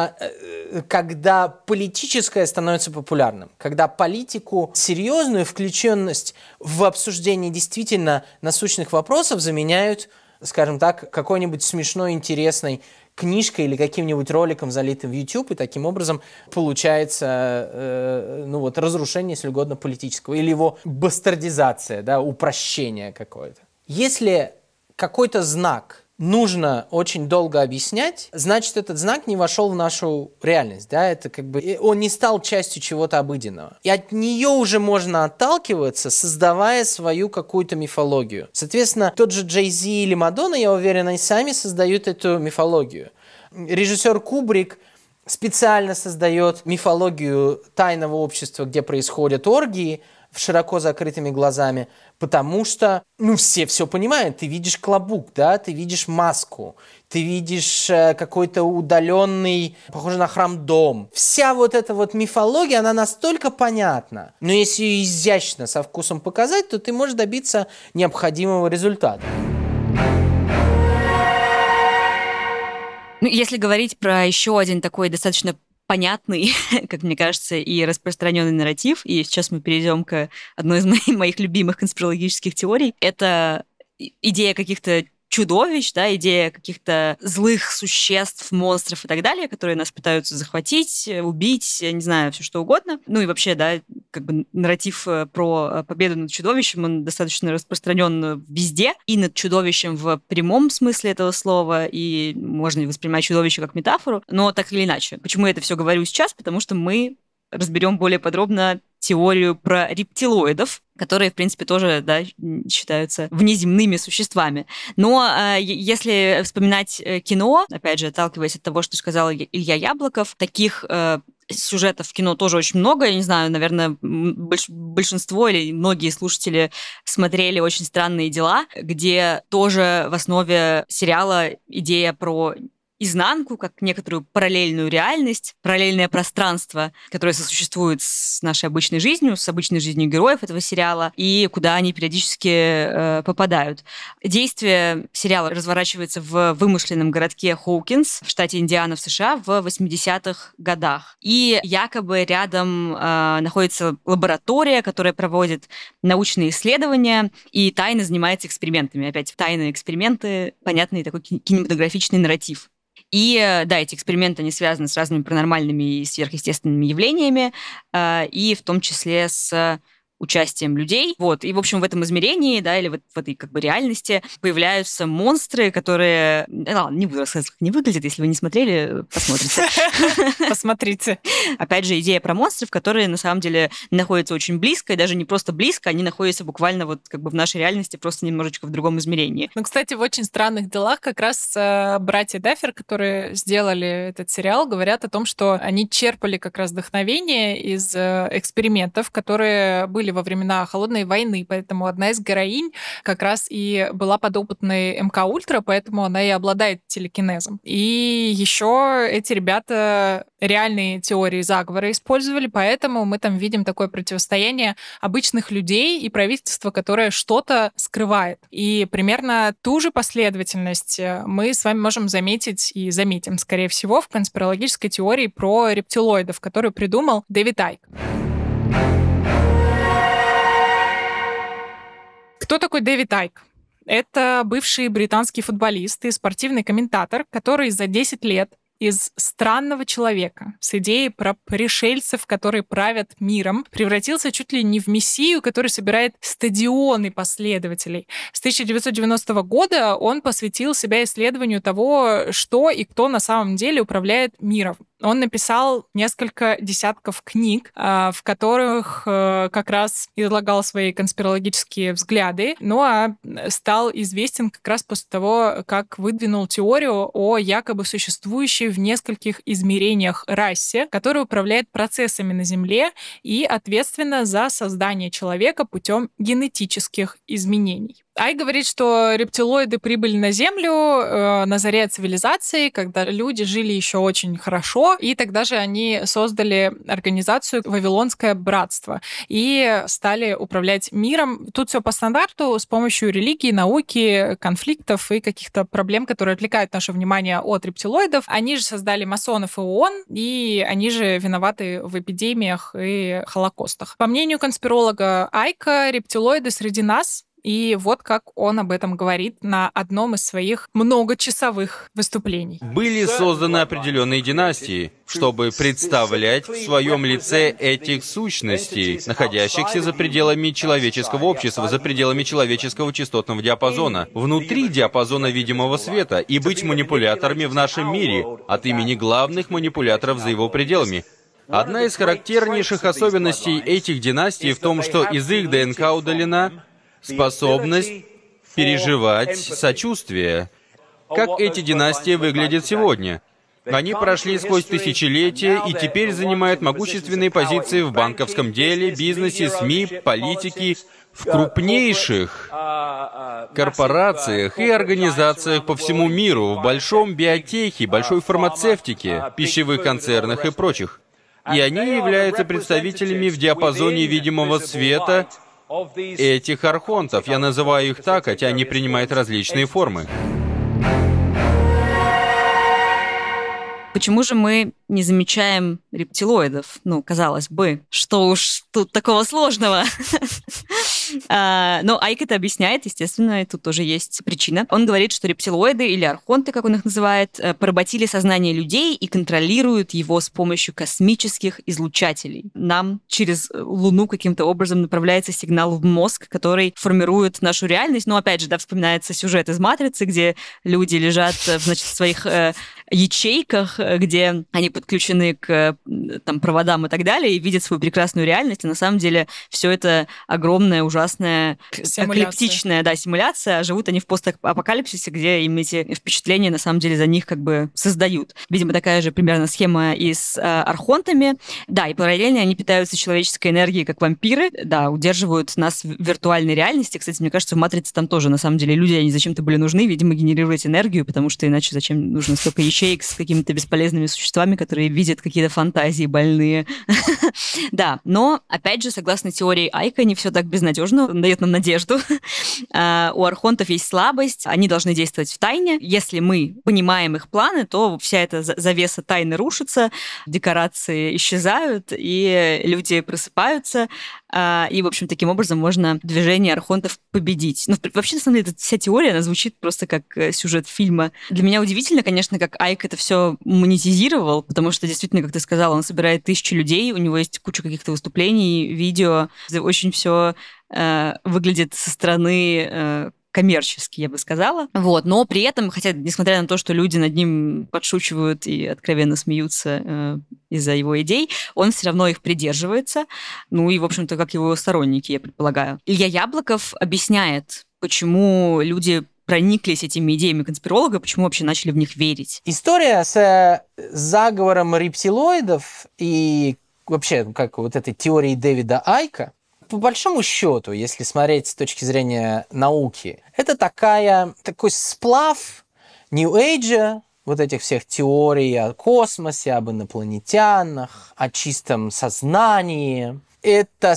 S3: когда политическое становится популярным, когда политику, серьезную включенность в обсуждение действительно насущных вопросов заменяют, скажем так, какой-нибудь смешной, интересной книжкой или каким-нибудь роликом, залитым в YouTube, и таким образом получается э, ну вот, разрушение, если угодно, политического, или его бастардизация, да, упрощение какое-то. Если какой-то знак нужно очень долго объяснять, значит, этот знак не вошел в нашу реальность, да, это как бы, он не стал частью чего-то обыденного. И от нее уже можно отталкиваться, создавая свою какую-то мифологию. Соответственно, тот же Джей-Зи или Мадонна, я уверен, они сами создают эту мифологию. Режиссер Кубрик специально создает мифологию тайного общества, где происходят оргии, в широко закрытыми глазами, потому что, ну, все все понимают. Ты видишь клобук, да, ты видишь маску, ты видишь э, какой-то удаленный, похожий на храм дом. Вся вот эта вот мифология, она настолько понятна. Но если ее изящно, со вкусом показать, то ты можешь добиться необходимого результата.
S1: Ну, если говорить про еще один такой достаточно понятный, как мне кажется, и распространенный нарратив, и сейчас мы перейдем к одной из моих, моих любимых конспирологических теорий, это идея каких-то чудовищ, да, идея каких-то злых существ, монстров и так далее, которые нас пытаются захватить, убить, не знаю, все что угодно. Ну и вообще, да, как бы нарратив про победу над чудовищем, он достаточно распространен везде, и над чудовищем в прямом смысле этого слова, и можно воспринимать чудовище как метафору, но так или иначе. Почему я это все говорю сейчас? Потому что мы разберем более подробно теорию про рептилоидов, которые, в принципе, тоже, да, считаются внеземными существами. Но э, если вспоминать кино, опять же, отталкиваясь от того, что сказал Илья Яблоков, таких э, сюжетов в кино тоже очень много. Я не знаю, наверное, больш- большинство или многие слушатели смотрели «Очень странные дела», где тоже в основе сериала идея про изнанку, как некоторую параллельную реальность, параллельное пространство, которое сосуществует с нашей обычной жизнью, с обычной жизнью героев этого сериала, и куда они периодически э, попадают. Действие сериала разворачивается в вымышленном городке Хоукинс в штате Индиана в США в восьмидесятых годах. И якобы рядом э, находится лаборатория, которая проводит научные исследования и тайно занимается экспериментами. Опять тайные эксперименты, понятный такой кинематографичный нарратив. И да, эти эксперименты, они связаны с разными паранормальными и сверхъестественными явлениями, и в том числе с участием людей. Вот. И, в общем, в этом измерении, да, или вот в этой как бы реальности появляются монстры, которые... Ладно, не буду рассказывать, как они выглядят. Если вы не смотрели, посмотрите.
S2: Посмотрите.
S1: Опять же, идея про монстров, которые на самом деле находятся очень близко, и даже не просто близко, они находятся буквально вот как бы в нашей реальности, просто немножечко в другом измерении.
S2: Ну, кстати, в «Очень странных делах» как раз э, братья Даффер, которые сделали этот сериал, говорят о том, что они черпали как раз вдохновение из э, экспериментов, которые были во времена Холодной войны, поэтому одна из героинь как раз и была подопытной эм ка Ультра, поэтому она и обладает телекинезом. И еще эти ребята реальные теории заговора использовали, поэтому мы там видим такое противостояние обычных людей и правительства, которое что-то скрывает. И примерно ту же последовательность мы с вами можем заметить и заметим, скорее всего, в конспирологической теории про рептилоидов, которую придумал Дэвид Айк. Кто такой Дэвид Айк? Это бывший британский футболист и спортивный комментатор, который за десять лет из странного человека с идеей про пришельцев, которые правят миром, превратился чуть ли не в мессию, который собирает стадионы последователей. С тысяча девятьсот девяностого года он посвятил себя исследованию того, что и кто на самом деле управляет миром. Он написал несколько десятков книг, в которых как раз излагал свои конспирологические взгляды, ну а стал известен как раз после того, как выдвинул теорию о якобы существующей в нескольких измерениях расе, которая управляет процессами на Земле и ответственна за создание человека путем генетических изменений. Ай говорит, что рептилоиды прибыли на Землю э, на заре цивилизации, когда люди жили еще очень хорошо, и тогда же они создали организацию «Вавилонское братство» и стали управлять миром. Тут все по стандарту, с помощью религии, науки, конфликтов и каких-то проблем, которые отвлекают наше внимание от рептилоидов. Они же создали масонов и ООН, и они же виноваты в эпидемиях и холокостах. По мнению конспиролога Айка, рептилоиды среди нас. И вот как он об этом говорит на одном из своих многочасовых выступлений.
S8: Были созданы определенные династии, чтобы представлять в своем лице этих сущностей, находящихся за пределами человеческого общества, за пределами человеческого частотного диапазона, внутри диапазона видимого света, и быть манипуляторами в нашем мире от имени главных манипуляторов за его пределами. Одна из характернейших особенностей этих династий в том, что из их ДНК удалена способность переживать сочувствие. Как эти династии выглядят сегодня? Они прошли сквозь тысячелетия и теперь занимают могущественные позиции в банковском деле, бизнесе, СМИ, политике, в крупнейших корпорациях и организациях по всему миру, в большом биотехе, большой фармацевтике, пищевых концернах и прочих. И они являются представителями в диапазоне видимого света этих архонтов. Я называю их так, хотя они принимают различные формы.
S1: Почему же мы не замечаем рептилоидов? Ну, казалось бы, что уж тут такого сложного. Но Айк это объясняет, естественно, и тут тоже есть причина. Он говорит, что рептилоиды, или архонты, как он их называет, поработили сознание людей и контролируют его с помощью космических излучателей. Нам через Луну каким-то образом направляется сигнал в мозг, который формирует нашу реальность. Но, опять же, да, вспоминается сюжет из «Матрицы», где люди лежат, значит, в своих э, ячейках, где они подключены к там, проводам и так далее, и видят свою прекрасную реальность. И на самом деле все это огромная, ужасная, эклиптичная да, симуляция, а живут они в постапокалипсисе, где им эти впечатления на самом деле за них как бы создают. Видимо, такая же примерно схема и с э, архонтами. Да, и параллельно они питаются человеческой энергией, как вампиры, да, удерживают нас в виртуальной реальности. Кстати, мне кажется, в «Матрице» там тоже, на самом деле, люди, они зачем-то были нужны, видимо, генерировать энергию, потому что иначе зачем нужно столько ячеек с какими-то бесполезными существами, которые видят какие-то фантазии больные. Да, но, опять же, согласно теории Айка, не все так безнадежно, он дает нам надежду. У архонтов есть слабость, они должны действовать в тайне. Если мы понимаем их планы, то вся эта завеса тайны рушится, декорации исчезают, и люди просыпаются, и, в общем, таким образом можно движение архонтов победить. Ну, вообще, на самом деле, эта вся теория, она звучит просто как сюжет фильма. Для меня удивительно, конечно, как Айк это все монетизировал, потому что, действительно, как ты сказала, он собирает тысячи людей, у него есть куча каких-то выступлений, видео, очень все э, выглядит со стороны э, коммерчески, я бы сказала. Вот. Но при этом, хотя, несмотря на то, что люди над ним подшучивают и откровенно смеются э, из-за его идей, он все равно их придерживается. Ну и, в общем-то, как его сторонники, я предполагаю. Илья Яблоков объясняет, почему люди прониклись этими идеями конспиролога, почему вообще начали в них верить.
S3: История с заговором рептилоидов и вообще как вот этой теорией Дэвида Айка, по большому счету, если смотреть с точки зрения науки, это такая, такой сплав New Age, вот этих всех теорий о космосе, об инопланетянах, о чистом сознании. Это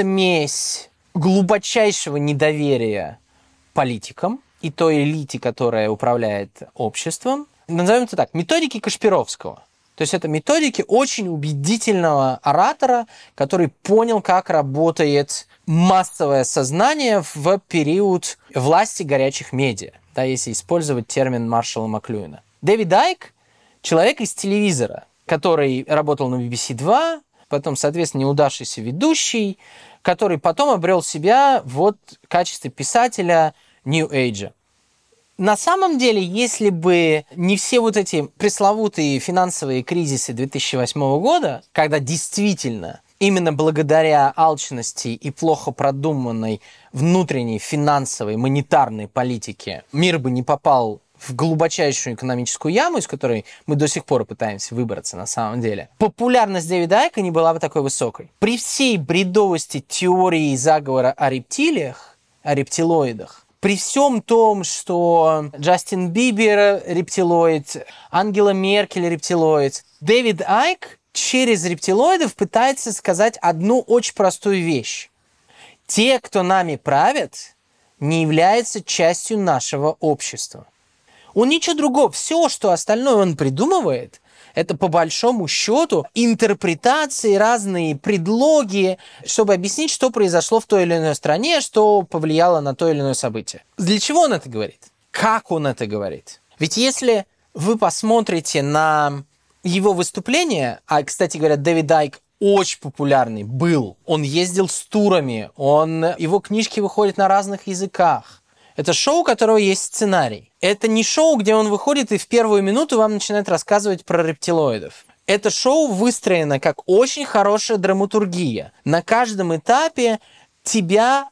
S3: смесь глубочайшего недоверия политикам и той элите, которая управляет обществом. Назовем это так, методики Кашпировского. То есть это методики очень убедительного оратора, который понял, как работает массовое сознание в период власти горячих медиа, да, если использовать термин Маршалла Маклюина. Дэвид Айк человек из телевизора, который работал на би би си два, потом, соответственно, неудавшийся ведущий, который потом обрел себя вот в качестве писателя New Age. На самом деле, если бы не все вот эти пресловутые финансовые кризисы две тысячи восьмого года, когда действительно именно благодаря алчности и плохо продуманной внутренней финансовой, монетарной политике мир бы не попал в глубочайшую экономическую яму, из которой мы до сих пор пытаемся выбраться на самом деле, популярность Дэвида Айка не была бы такой высокой. При всей бредовости теории заговора о рептилиях, о рептилоидах, при всем том, что Джастин Бибер рептилоид, Ангела Меркель рептилоид, Дэвид Айк через рептилоидов пытается сказать одну очень простую вещь. Те, кто нами правят, не являются частью нашего общества. Он ничего другого. Все, что остальное он придумывает, это по большому счету интерпретации, разные предлоги, чтобы объяснить, что произошло в той или иной стране, что повлияло на то или иное событие. Для чего он это говорит? Как он это говорит? Ведь если вы посмотрите на его выступления, а, кстати говоря, Дэвид Айк очень популярный был, он ездил с турами, он, его книжки выходят на разных языках. Это шоу, у которого есть сценарий. Это не шоу, где он выходит и в первую минуту вам начинает рассказывать про рептилоидов. Это шоу выстроено как очень хорошая драматургия. На каждом этапе тебя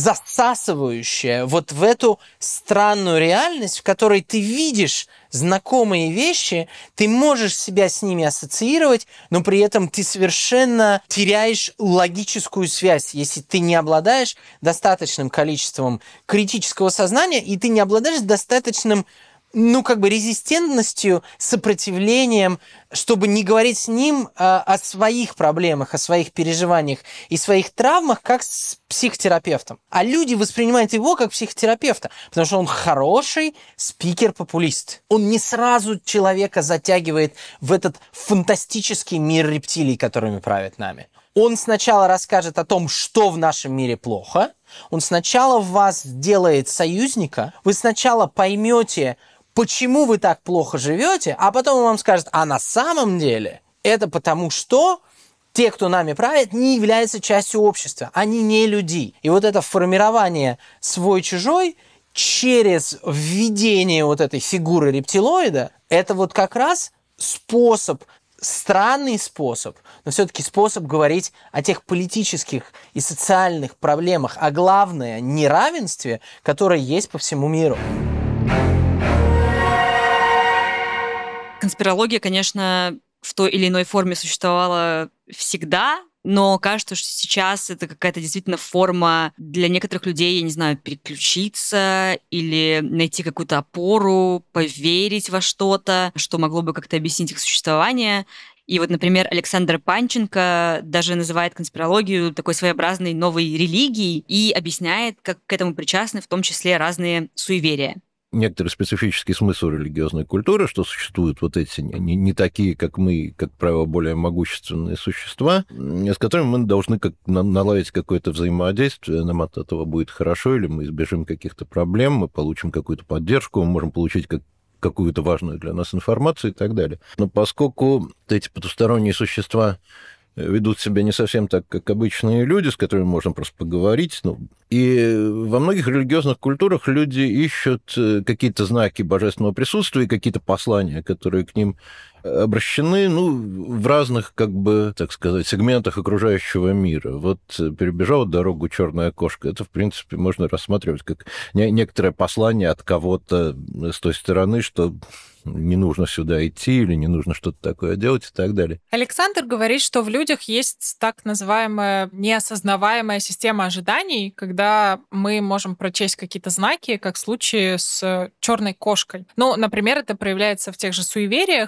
S3: засасывающая вот в эту странную реальность, в которой ты видишь знакомые вещи, ты можешь себя с ними ассоциировать, но при этом ты совершенно теряешь логическую связь, если ты не обладаешь достаточным количеством критического сознания, и ты не обладаешь достаточным, ну, как бы резистентностью, сопротивлением, чтобы не говорить с ним а, о своих проблемах, о своих переживаниях и своих травмах, как с психотерапевтом. А люди воспринимают его как психотерапевта, потому что он хороший спикер-популист. Он не сразу человека затягивает в этот фантастический мир рептилий, которыми правят нами. Он сначала расскажет о том, что в нашем мире плохо. Он сначала в вас делает союзника. Вы сначала поймете, почему вы так плохо живете, а потом он вам скажет, а на самом деле это потому, что те, кто нами правит, не являются частью общества. Они не люди. И вот это формирование свой-чужой через введение вот этой фигуры рептилоида, это вот как раз способ, странный способ, но все-таки способ говорить о тех политических и социальных проблемах, а главное, неравенстве, которое есть по всему миру.
S1: Конспирология, конечно, в той или иной форме существовала всегда, но кажется, что сейчас это какая-то действительно форма для некоторых людей, я не знаю, переключиться или найти какую-то опору, поверить во что-то, что могло бы как-то объяснить их существование. И вот, например, Александр Панченко даже называет конспирологию такой своеобразной новой религией и объясняет, как к этому причастны в том числе разные суеверия.
S7: Некоторый специфический смысл религиозной культуры, что существуют вот эти не, не такие, как мы, как правило, более могущественные существа, с которыми мы должны как, наладить какое-то взаимодействие, нам от этого будет хорошо, или мы избежим каких-то проблем, мы получим какую-то поддержку, мы можем получить как, какую-то важную для нас информацию и так далее. Но поскольку эти потусторонние существа ведут себя не совсем так, как обычные люди, с которыми можно просто поговорить. Ну, и во многих религиозных культурах люди ищут какие-то знаки божественного присутствия, какие-то послания, которые к ним обращены, ну, в разных, как бы, так сказать, сегментах окружающего мира. Вот перебежала дорогу черная кошка. Это, в принципе, можно рассматривать как некоторое послание от кого-то с той стороны, что не нужно сюда идти или не нужно что-то такое делать и так далее.
S2: Александр говорит, что в людях есть так называемая неосознаваемая система ожиданий, когда мы можем прочесть какие-то знаки, как в случае с черной кошкой. Ну, например, это проявляется в тех же суевериях, и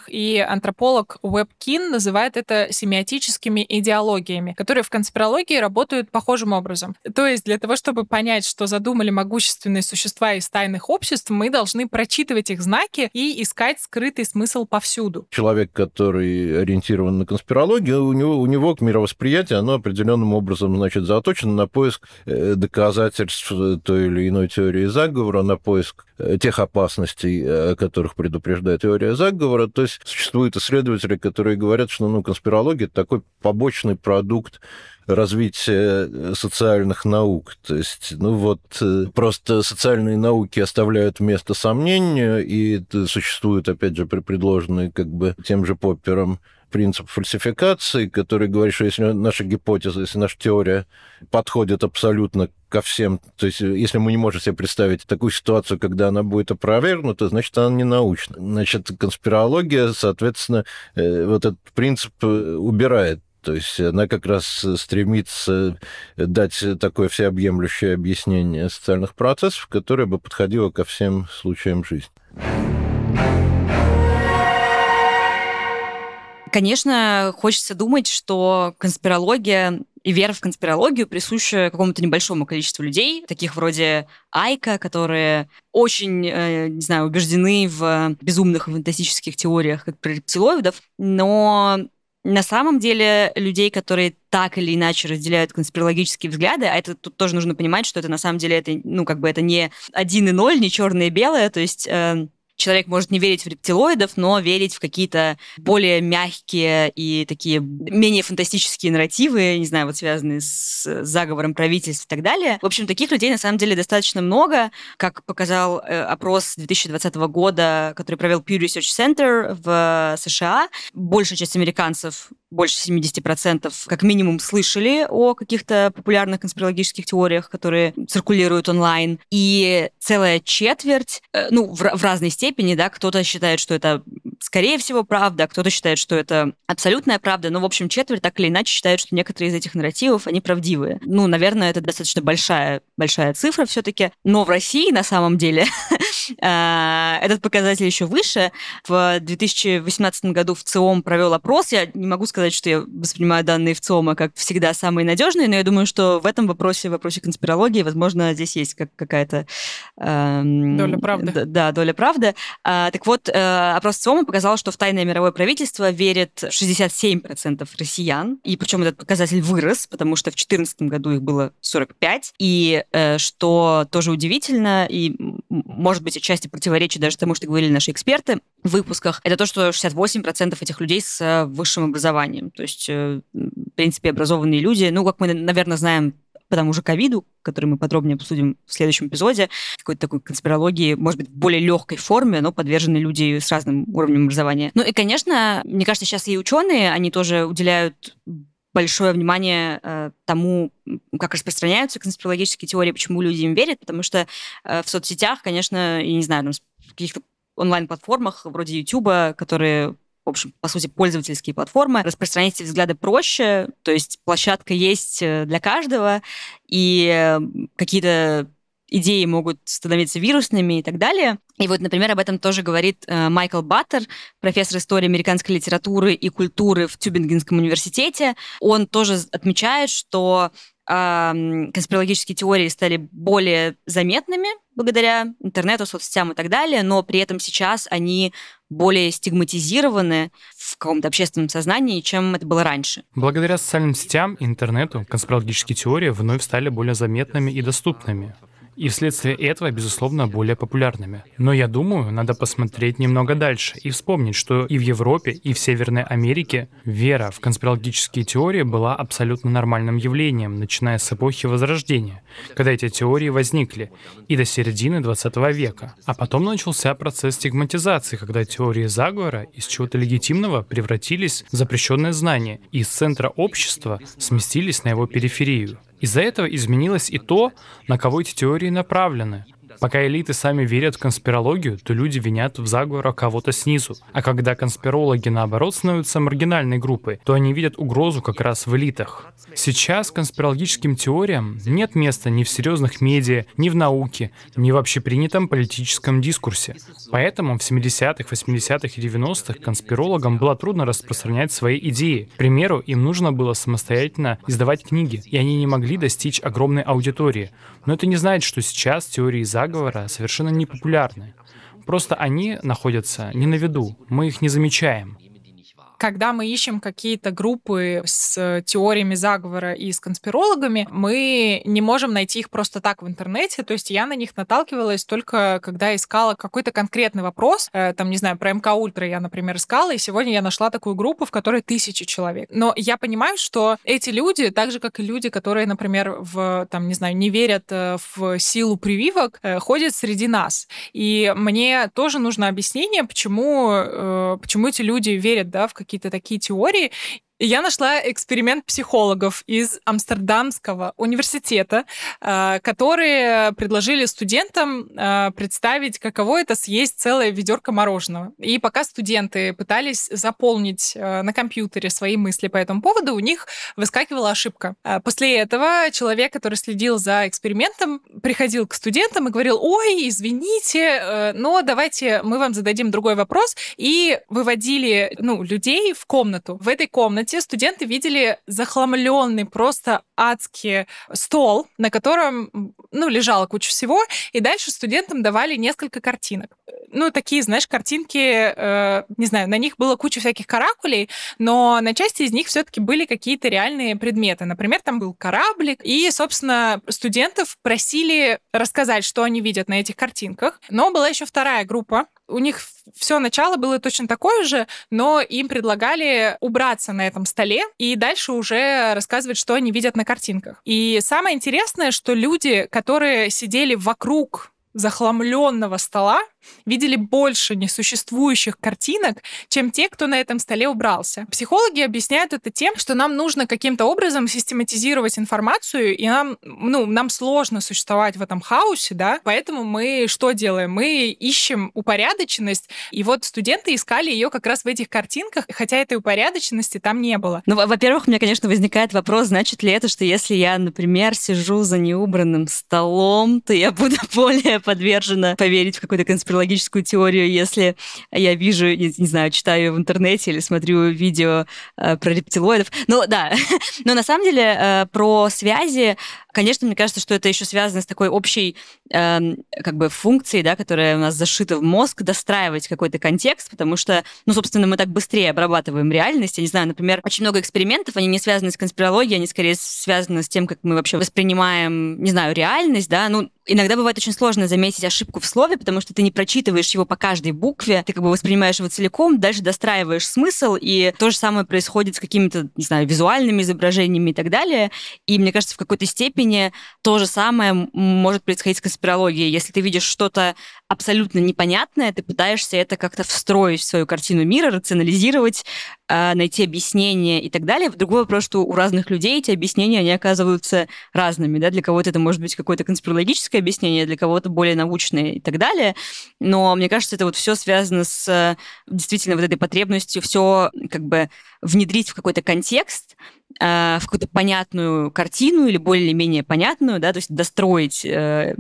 S2: антрополог Уэб Кин называет это семиотическими идеологиями, которые в конспирологии работают похожим образом. То есть для того, чтобы понять, что задумали могущественные существа из тайных обществ, мы должны прочитывать их знаки и искать скрытый смысл повсюду.
S7: Человек, который ориентирован на конспирологию, у него, у него мировосприятие, оно определенным образом, значит, заточено на поиск доказательств той или иной теории заговора, на поиск тех опасностей, о которых предупреждает теория заговора. То есть существуют исследователи, которые говорят, что ну, конспирология — это такой побочный продукт развития социальных наук. То есть, ну вот, просто социальные науки оставляют место сомнению, и существуют, опять же, предложенные как бы тем же Поппером принцип фальсификации, который говорит, что если наша гипотеза, если наша теория подходит абсолютно ко всем, то есть если мы не можем себе представить такую ситуацию, когда она будет опровергнута, значит, она не научна. Значит, конспирология, соответственно, вот этот принцип убирает. То есть она как раз стремится дать такое всеобъемлющее объяснение социальных процессов, которое бы подходило ко всем случаям жизни.
S1: Конечно, хочется думать, что конспирология и вера в конспирологию присуща какому-то небольшому количеству людей, таких вроде Айка, которые очень, э, не знаю, убеждены в безумных и фантастических теориях, как про рептилоидов, но на самом деле людей, которые так или иначе разделяют конспирологические взгляды, а это тут тоже нужно понимать, что это на самом деле это, ну, как бы это не один и ноль, не черное и белое, то есть э, человек может не верить в рептилоидов, но верить в какие-то более мягкие и такие менее фантастические нарративы, не знаю, вот связанные с заговором правительств и так далее. В общем, таких людей на самом деле достаточно много. Как показал э, опрос две тысячи двадцатого года, который провел Pew Research Center в США, большая часть американцев, больше семьдесят процентов, как минимум, слышали о каких-то популярных конспирологических теориях, которые циркулируют онлайн. И целая четверть, э, ну, в, в разной степени, да, кто-то считает, что это, скорее всего, правда, кто-то считает, что это абсолютная правда, но, в общем, четверть так или иначе считает, что некоторые из этих нарративов, они правдивые. Ну, наверное, это достаточно большая, большая цифра все-таки. Но в России, на самом деле, этот показатель еще выше. В две тысячи восемнадцатом году в ЦИОМ провел опрос. Я не могу сказать, что я воспринимаю данные в ЦИОМа как всегда самые надежные, но я думаю, что в этом вопросе, в вопросе конспирологии, возможно, здесь есть как какая-то... Эм,
S2: доля правды.
S1: Да, доля правды. А, так вот, э, опрос ЦИОМа показал, что в тайное мировое правительство верит шестьдесят семь процентов россиян, и причем этот показатель вырос, потому что в две тысячи четырнадцатом году их было сорок пять, и э, что тоже удивительно, и, может быть, отчасти противоречит даже тому, что говорили наши эксперты в выпусках, это то, что шестьдесят восемь процентов этих людей с высшим образованием, то есть, э, в принципе, образованные люди, ну, как мы, наверное, знаем, по тому же ковиду, который мы подробнее обсудим в следующем эпизоде, какой-то такой конспирологии, может быть, в более легкой форме, но подвержены люди с разным уровнем образования. Ну и, конечно, мне кажется, сейчас и ученые, они тоже уделяют большое внимание э, тому, как распространяются конспирологические теории, почему люди им верят, потому что э, в соцсетях, конечно, я не знаю, там, в каких-то онлайн-платформах вроде Ютуба, которые... в общем, по сути, пользовательские платформы, распространять эти взгляды проще, то есть площадка есть для каждого, и какие-то идеи могут становиться вирусными и так далее. И вот, например, об этом тоже говорит э, Майкл Баттер, профессор истории американской литературы и культуры в Тюбингенском университете. Он тоже отмечает, что э, конспирологические теории стали более заметными благодаря интернету, соцсетям и так далее, но при этом сейчас они более стигматизированы в каком-то общественном сознании, чем это было раньше.
S9: Благодаря социальным сетям и интернету конспирологические теории вновь стали более заметными и доступными. И вследствие этого, безусловно, более популярными. Но я думаю, надо посмотреть немного дальше и вспомнить, что и в Европе, и в Северной Америке вера в конспирологические теории была абсолютно нормальным явлением, начиная с эпохи Возрождения, когда эти теории возникли, и до середины двадцатого века. А потом начался процесс стигматизации, когда теории заговора из чего-то легитимного превратились в запрещенное знание, и из центра общества сместились на его периферию. Из-за этого изменилось и то, на кого эти теории направлены. Пока элиты сами верят в конспирологию, то люди винят в заговорах кого-то снизу. А когда конспирологи, наоборот, становятся маргинальной группой, то они видят угрозу как раз в элитах. Сейчас конспирологическим теориям нет места ни в серьезных медиа, ни в науке, ни в общепринятом политическом дискурсе. Поэтому в семидесятых, восьмидесятых и девяностых конспирологам было трудно распространять свои идеи. К примеру, им нужно было самостоятельно издавать книги, и они не могли достичь огромной аудитории. Но это не значит, что сейчас теории заговора совершенно не популярны. Просто они находятся не на виду, мы их не замечаем.
S2: Когда мы ищем какие-то группы с теориями заговора и с конспирологами, мы не можем найти их просто так в интернете. То есть я на них наталкивалась только когда искала какой-то конкретный вопрос. Там, не знаю, про эм ка Ультра я, например, искала, и сегодня я нашла такую группу, в которой тысячи человек. Но я понимаю, что эти люди, так же, как и люди, которые, например, в, там, не знаю, не верят в силу прививок, ходят среди нас. И мне тоже нужно объяснение, почему, почему эти люди верят, да, в какие-то какие-то такие теории. И я нашла эксперимент психологов из Амстердамского университета, которые предложили студентам представить, каково это съесть целое ведерко мороженого. И пока студенты пытались заполнить на компьютере свои мысли по этому поводу, у них выскакивала ошибка. После этого человек, который следил за экспериментом, приходил к студентам и говорил: «Ой, извините, но давайте мы вам зададим другой вопрос». И выводили, ну, людей в комнату. В этой комнате студенты видели захламленный, просто адский стол, на котором, ну, лежала куча всего, и дальше студентам давали несколько картинок. Ну, такие, знаешь, картинки, э, не знаю, на них было куча всяких каракулей, но на части из них все-таки были какие-то реальные предметы. Например, там был кораблик, и, собственно, студентов просили рассказать, что они видят на этих картинках. Но была еще вторая группа. У них все начало было точно такое же, но им предлагали убраться на этом столе и дальше уже рассказывать, что они видят на картинках. И самое интересное, что люди, которые сидели вокруг захламленного стола, видели больше несуществующих картинок, чем те, кто на этом столе убрался. Психологи объясняют это тем, что нам нужно каким-то образом систематизировать информацию, и нам, ну, нам сложно существовать в этом хаосе, да, поэтому мы что делаем? Мы ищем упорядоченность, и вот студенты искали ее как раз в этих картинках, хотя этой упорядоченности там не было.
S1: Ну, во-первых, у меня, конечно, возникает вопрос, значит ли это, что если я, например, сижу за неубранным столом, то я буду более подвержена поверить в какую-то конспирологию, логическую теорию, если я вижу, не, не знаю, читаю в интернете или смотрю видео э, про рептилоидов. Ну, да. Но на самом деле э, про связи, конечно, мне кажется, что это еще связано с такой общей э, как бы функцией, да, которая у нас зашита в мозг, достраивать какой-то контекст, потому что, ну, собственно, мы так быстрее обрабатываем реальность. Я не знаю, например, очень много экспериментов, они не связаны с конспирологией, они скорее связаны с тем, как мы вообще воспринимаем, не знаю, реальность, да. Ну, иногда бывает очень сложно заметить ошибку в слове, потому что ты не прочитываешь его по каждой букве, ты как бы воспринимаешь его целиком, дальше достраиваешь смысл, и то же самое происходит с какими-то, не знаю, визуальными изображениями и так далее. И мне кажется, в какой-то степени то же самое может происходить с конспирологией. Если ты видишь что-то абсолютно непонятное, ты пытаешься это как-то встроить в свою картину мира, рационализировать, найти объяснение и так далее. Другой вопрос, что у разных людей эти объяснения, они оказываются разными. Да? Для кого-то это может быть какое-то конспирологическое объяснение, для кого-то более научное и так далее. Но мне кажется, это вот все связано с действительно вот этой потребностью все как бы внедрить в какой-то контекст, в какую-то понятную картину или более-менее понятную, да, то есть достроить э,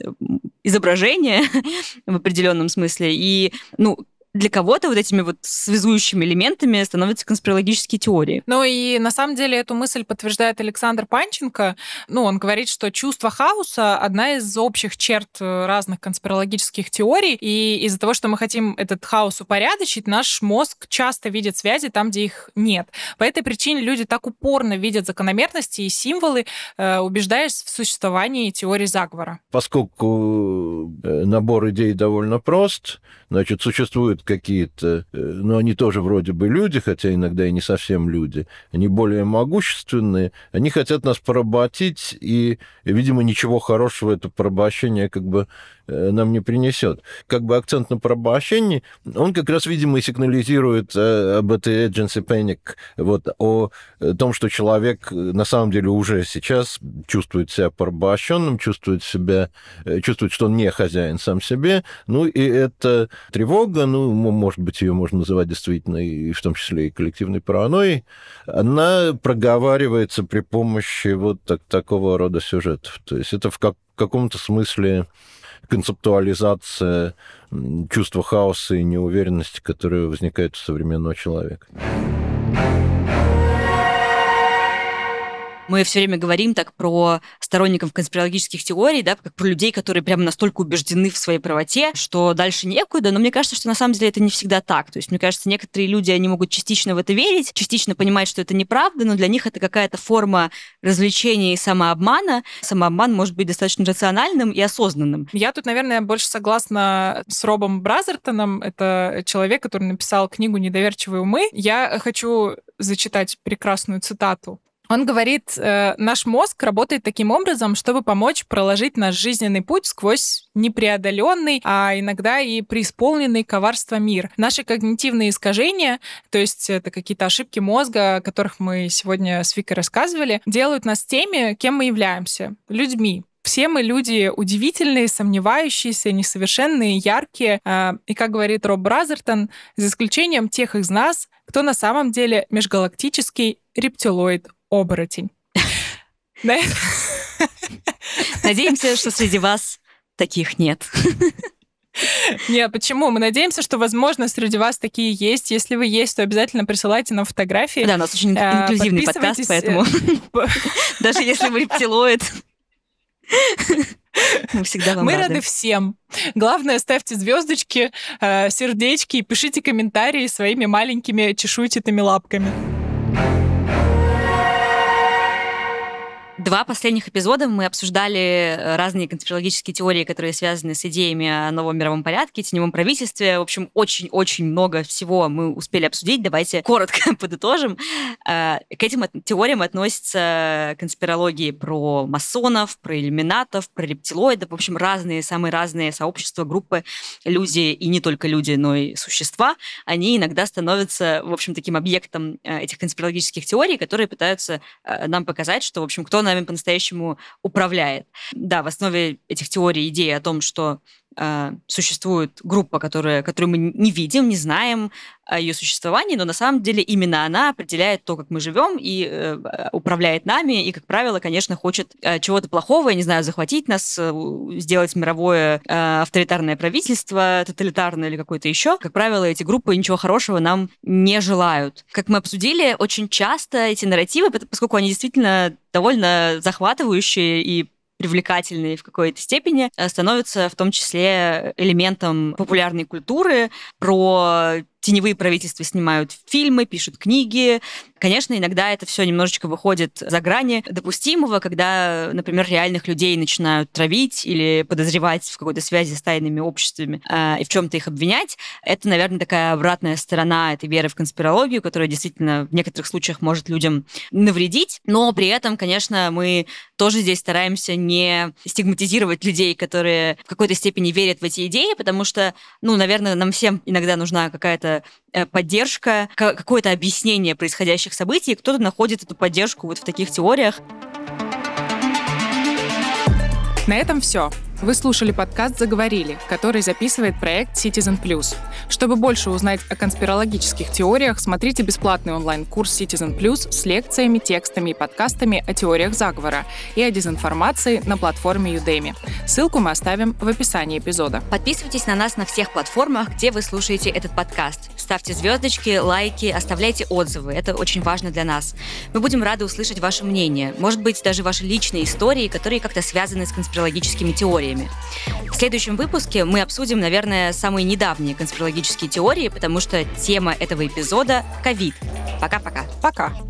S1: изображение в определенном смысле. И, ну, для кого-то вот этими вот связующими элементами становятся конспирологические теории.
S2: Ну и на самом деле эту мысль подтверждает Александр Панченко. Ну, он говорит, что чувство хаоса — одна из общих черт разных конспирологических теорий, и из-за того, что мы хотим этот хаос упорядочить, наш мозг часто видит связи там, где их нет. По этой причине люди так упорно видят закономерности и символы, убеждаясь в существовании теории заговора.
S7: Поскольку набор идей довольно прост, значит, существует существуют какие-то, ну, они тоже вроде бы люди, хотя иногда и не совсем люди, они более могущественные, они хотят нас поработить, и, видимо, ничего хорошего это порабощение как бы нам не принесет. Как бы акцент на порабощении, он как раз, видимо, и сигнализирует об этой agency panic, вот, о том, что человек на самом деле уже сейчас чувствует себя порабощенным, чувствует себя, чувствует, что он не хозяин сам себе, ну, и эта тревога, ну, может быть, ее можно называть действительно, и в том числе и коллективной паранойей, она проговаривается при помощи вот так, такого рода сюжетов. То есть это в как, каком-то смысле концептуализация чувства хаоса и неуверенности, которые возникают у современного человека.
S1: Мы все время говорим так про сторонников конспирологических теорий, да, как про людей, которые прямо настолько убеждены в своей правоте, что дальше некуда, но мне кажется, что на самом деле это не всегда так. То есть, мне кажется, некоторые люди, они могут частично в это верить, частично понимать, что это неправда, но для них это какая-то форма развлечения и самообмана. Самообман может быть достаточно рациональным и осознанным.
S2: Я тут, наверное, больше согласна с Робом Бразертоном. Это человек, который написал книгу «Недоверчивые умы». Я хочу зачитать прекрасную цитату. Он говорит, э, наш мозг работает таким образом, чтобы помочь проложить наш жизненный путь сквозь непреодоленный, а иногда и преисполненный коварства мир. Наши когнитивные искажения, то есть это какие-то ошибки мозга, о которых мы сегодня с Викой рассказывали, делают нас теми, кем мы являемся, людьми. Все мы люди удивительные, сомневающиеся, несовершенные, яркие. И, как говорит Роб Бразертон, за исключением тех из нас, кто на самом деле межгалактический рептилоид-оборотень.
S1: Надеемся, что среди вас таких нет.
S2: Нет, почему? Мы надеемся, что, возможно, среди вас такие есть. Если вы есть, то обязательно присылайте нам фотографии.
S1: Да, у нас очень инклюзивный подкаст, поэтому даже если вы рептилоид... Мы всегда вам
S2: Мы
S1: рады.
S2: рады всем. Главное, ставьте звездочки, сердечки и пишите комментарии своими маленькими чешуйчатыми лапками.
S1: Два последних эпизода мы обсуждали разные конспирологические теории, которые связаны с идеями о новом мировом порядке, теневом правительстве. В общем, очень-очень много всего мы успели обсудить. Давайте коротко подытожим. К этим теориям относятся конспирологии про масонов, про иллюминатов, про рептилоидов. В общем, разные, самые разные сообщества, группы, люди, и не только люди, но и существа, они иногда становятся, в общем, таким объектом этих конспирологических теорий, которые пытаются нам показать, что, в общем, кто нами по-настоящему управляет. Да, в основе этих теорий идея о том, что э, существует группа, которая, которую мы не видим, не знаем о ее существовании, но на самом деле именно она определяет то, как мы живем, и э, управляет нами, и, как правило, конечно, хочет э, чего-то плохого, я не знаю, захватить нас, э, сделать мировое э, авторитарное правительство, тоталитарное или какое-то еще. Как правило, эти группы ничего хорошего нам не желают. Как мы обсудили, очень часто эти нарративы, поскольку они действительно довольно захватывающие и привлекательные в какой-то степени, становятся в том числе элементом популярной культуры. Про теневые правительства снимают фильмы, пишут книги. Конечно, иногда это все немножечко выходит за грани допустимого, когда, например, реальных людей начинают травить или подозревать в какой-то связи с тайными обществами э, и в чем-то их обвинять. Это, наверное, такая обратная сторона этой веры в конспирологию, которая действительно в некоторых случаях может людям навредить. Но при этом, конечно, мы тоже здесь стараемся не стигматизировать людей, которые в какой-то степени верят в эти идеи, потому что, ну, наверное, нам всем иногда нужна какая-то поддержка, какое-то объяснение происходящих событий, и кто-то находит эту поддержку вот в таких теориях.
S2: На этом все. Вы слушали подкаст «Заговорили», который записывает проект Citizen Plus. Чтобы больше узнать о конспирологических теориях, смотрите бесплатный онлайн-курс Citizen Plus с лекциями, текстами и подкастами о теориях заговора и о дезинформации на платформе Udemy. Ссылку мы оставим в описании эпизода.
S1: Подписывайтесь на нас на всех платформах, где вы слушаете этот подкаст. Ставьте звездочки, лайки, оставляйте отзывы. Это очень важно для нас. Мы будем рады услышать ваше мнение. Может быть, даже ваши личные истории, которые как-то связаны с конспирологическими теориями. В следующем выпуске мы обсудим, наверное, самые недавние конспирологические теории, потому что тема этого эпизода — ковид. Пока-пока.
S2: Пока.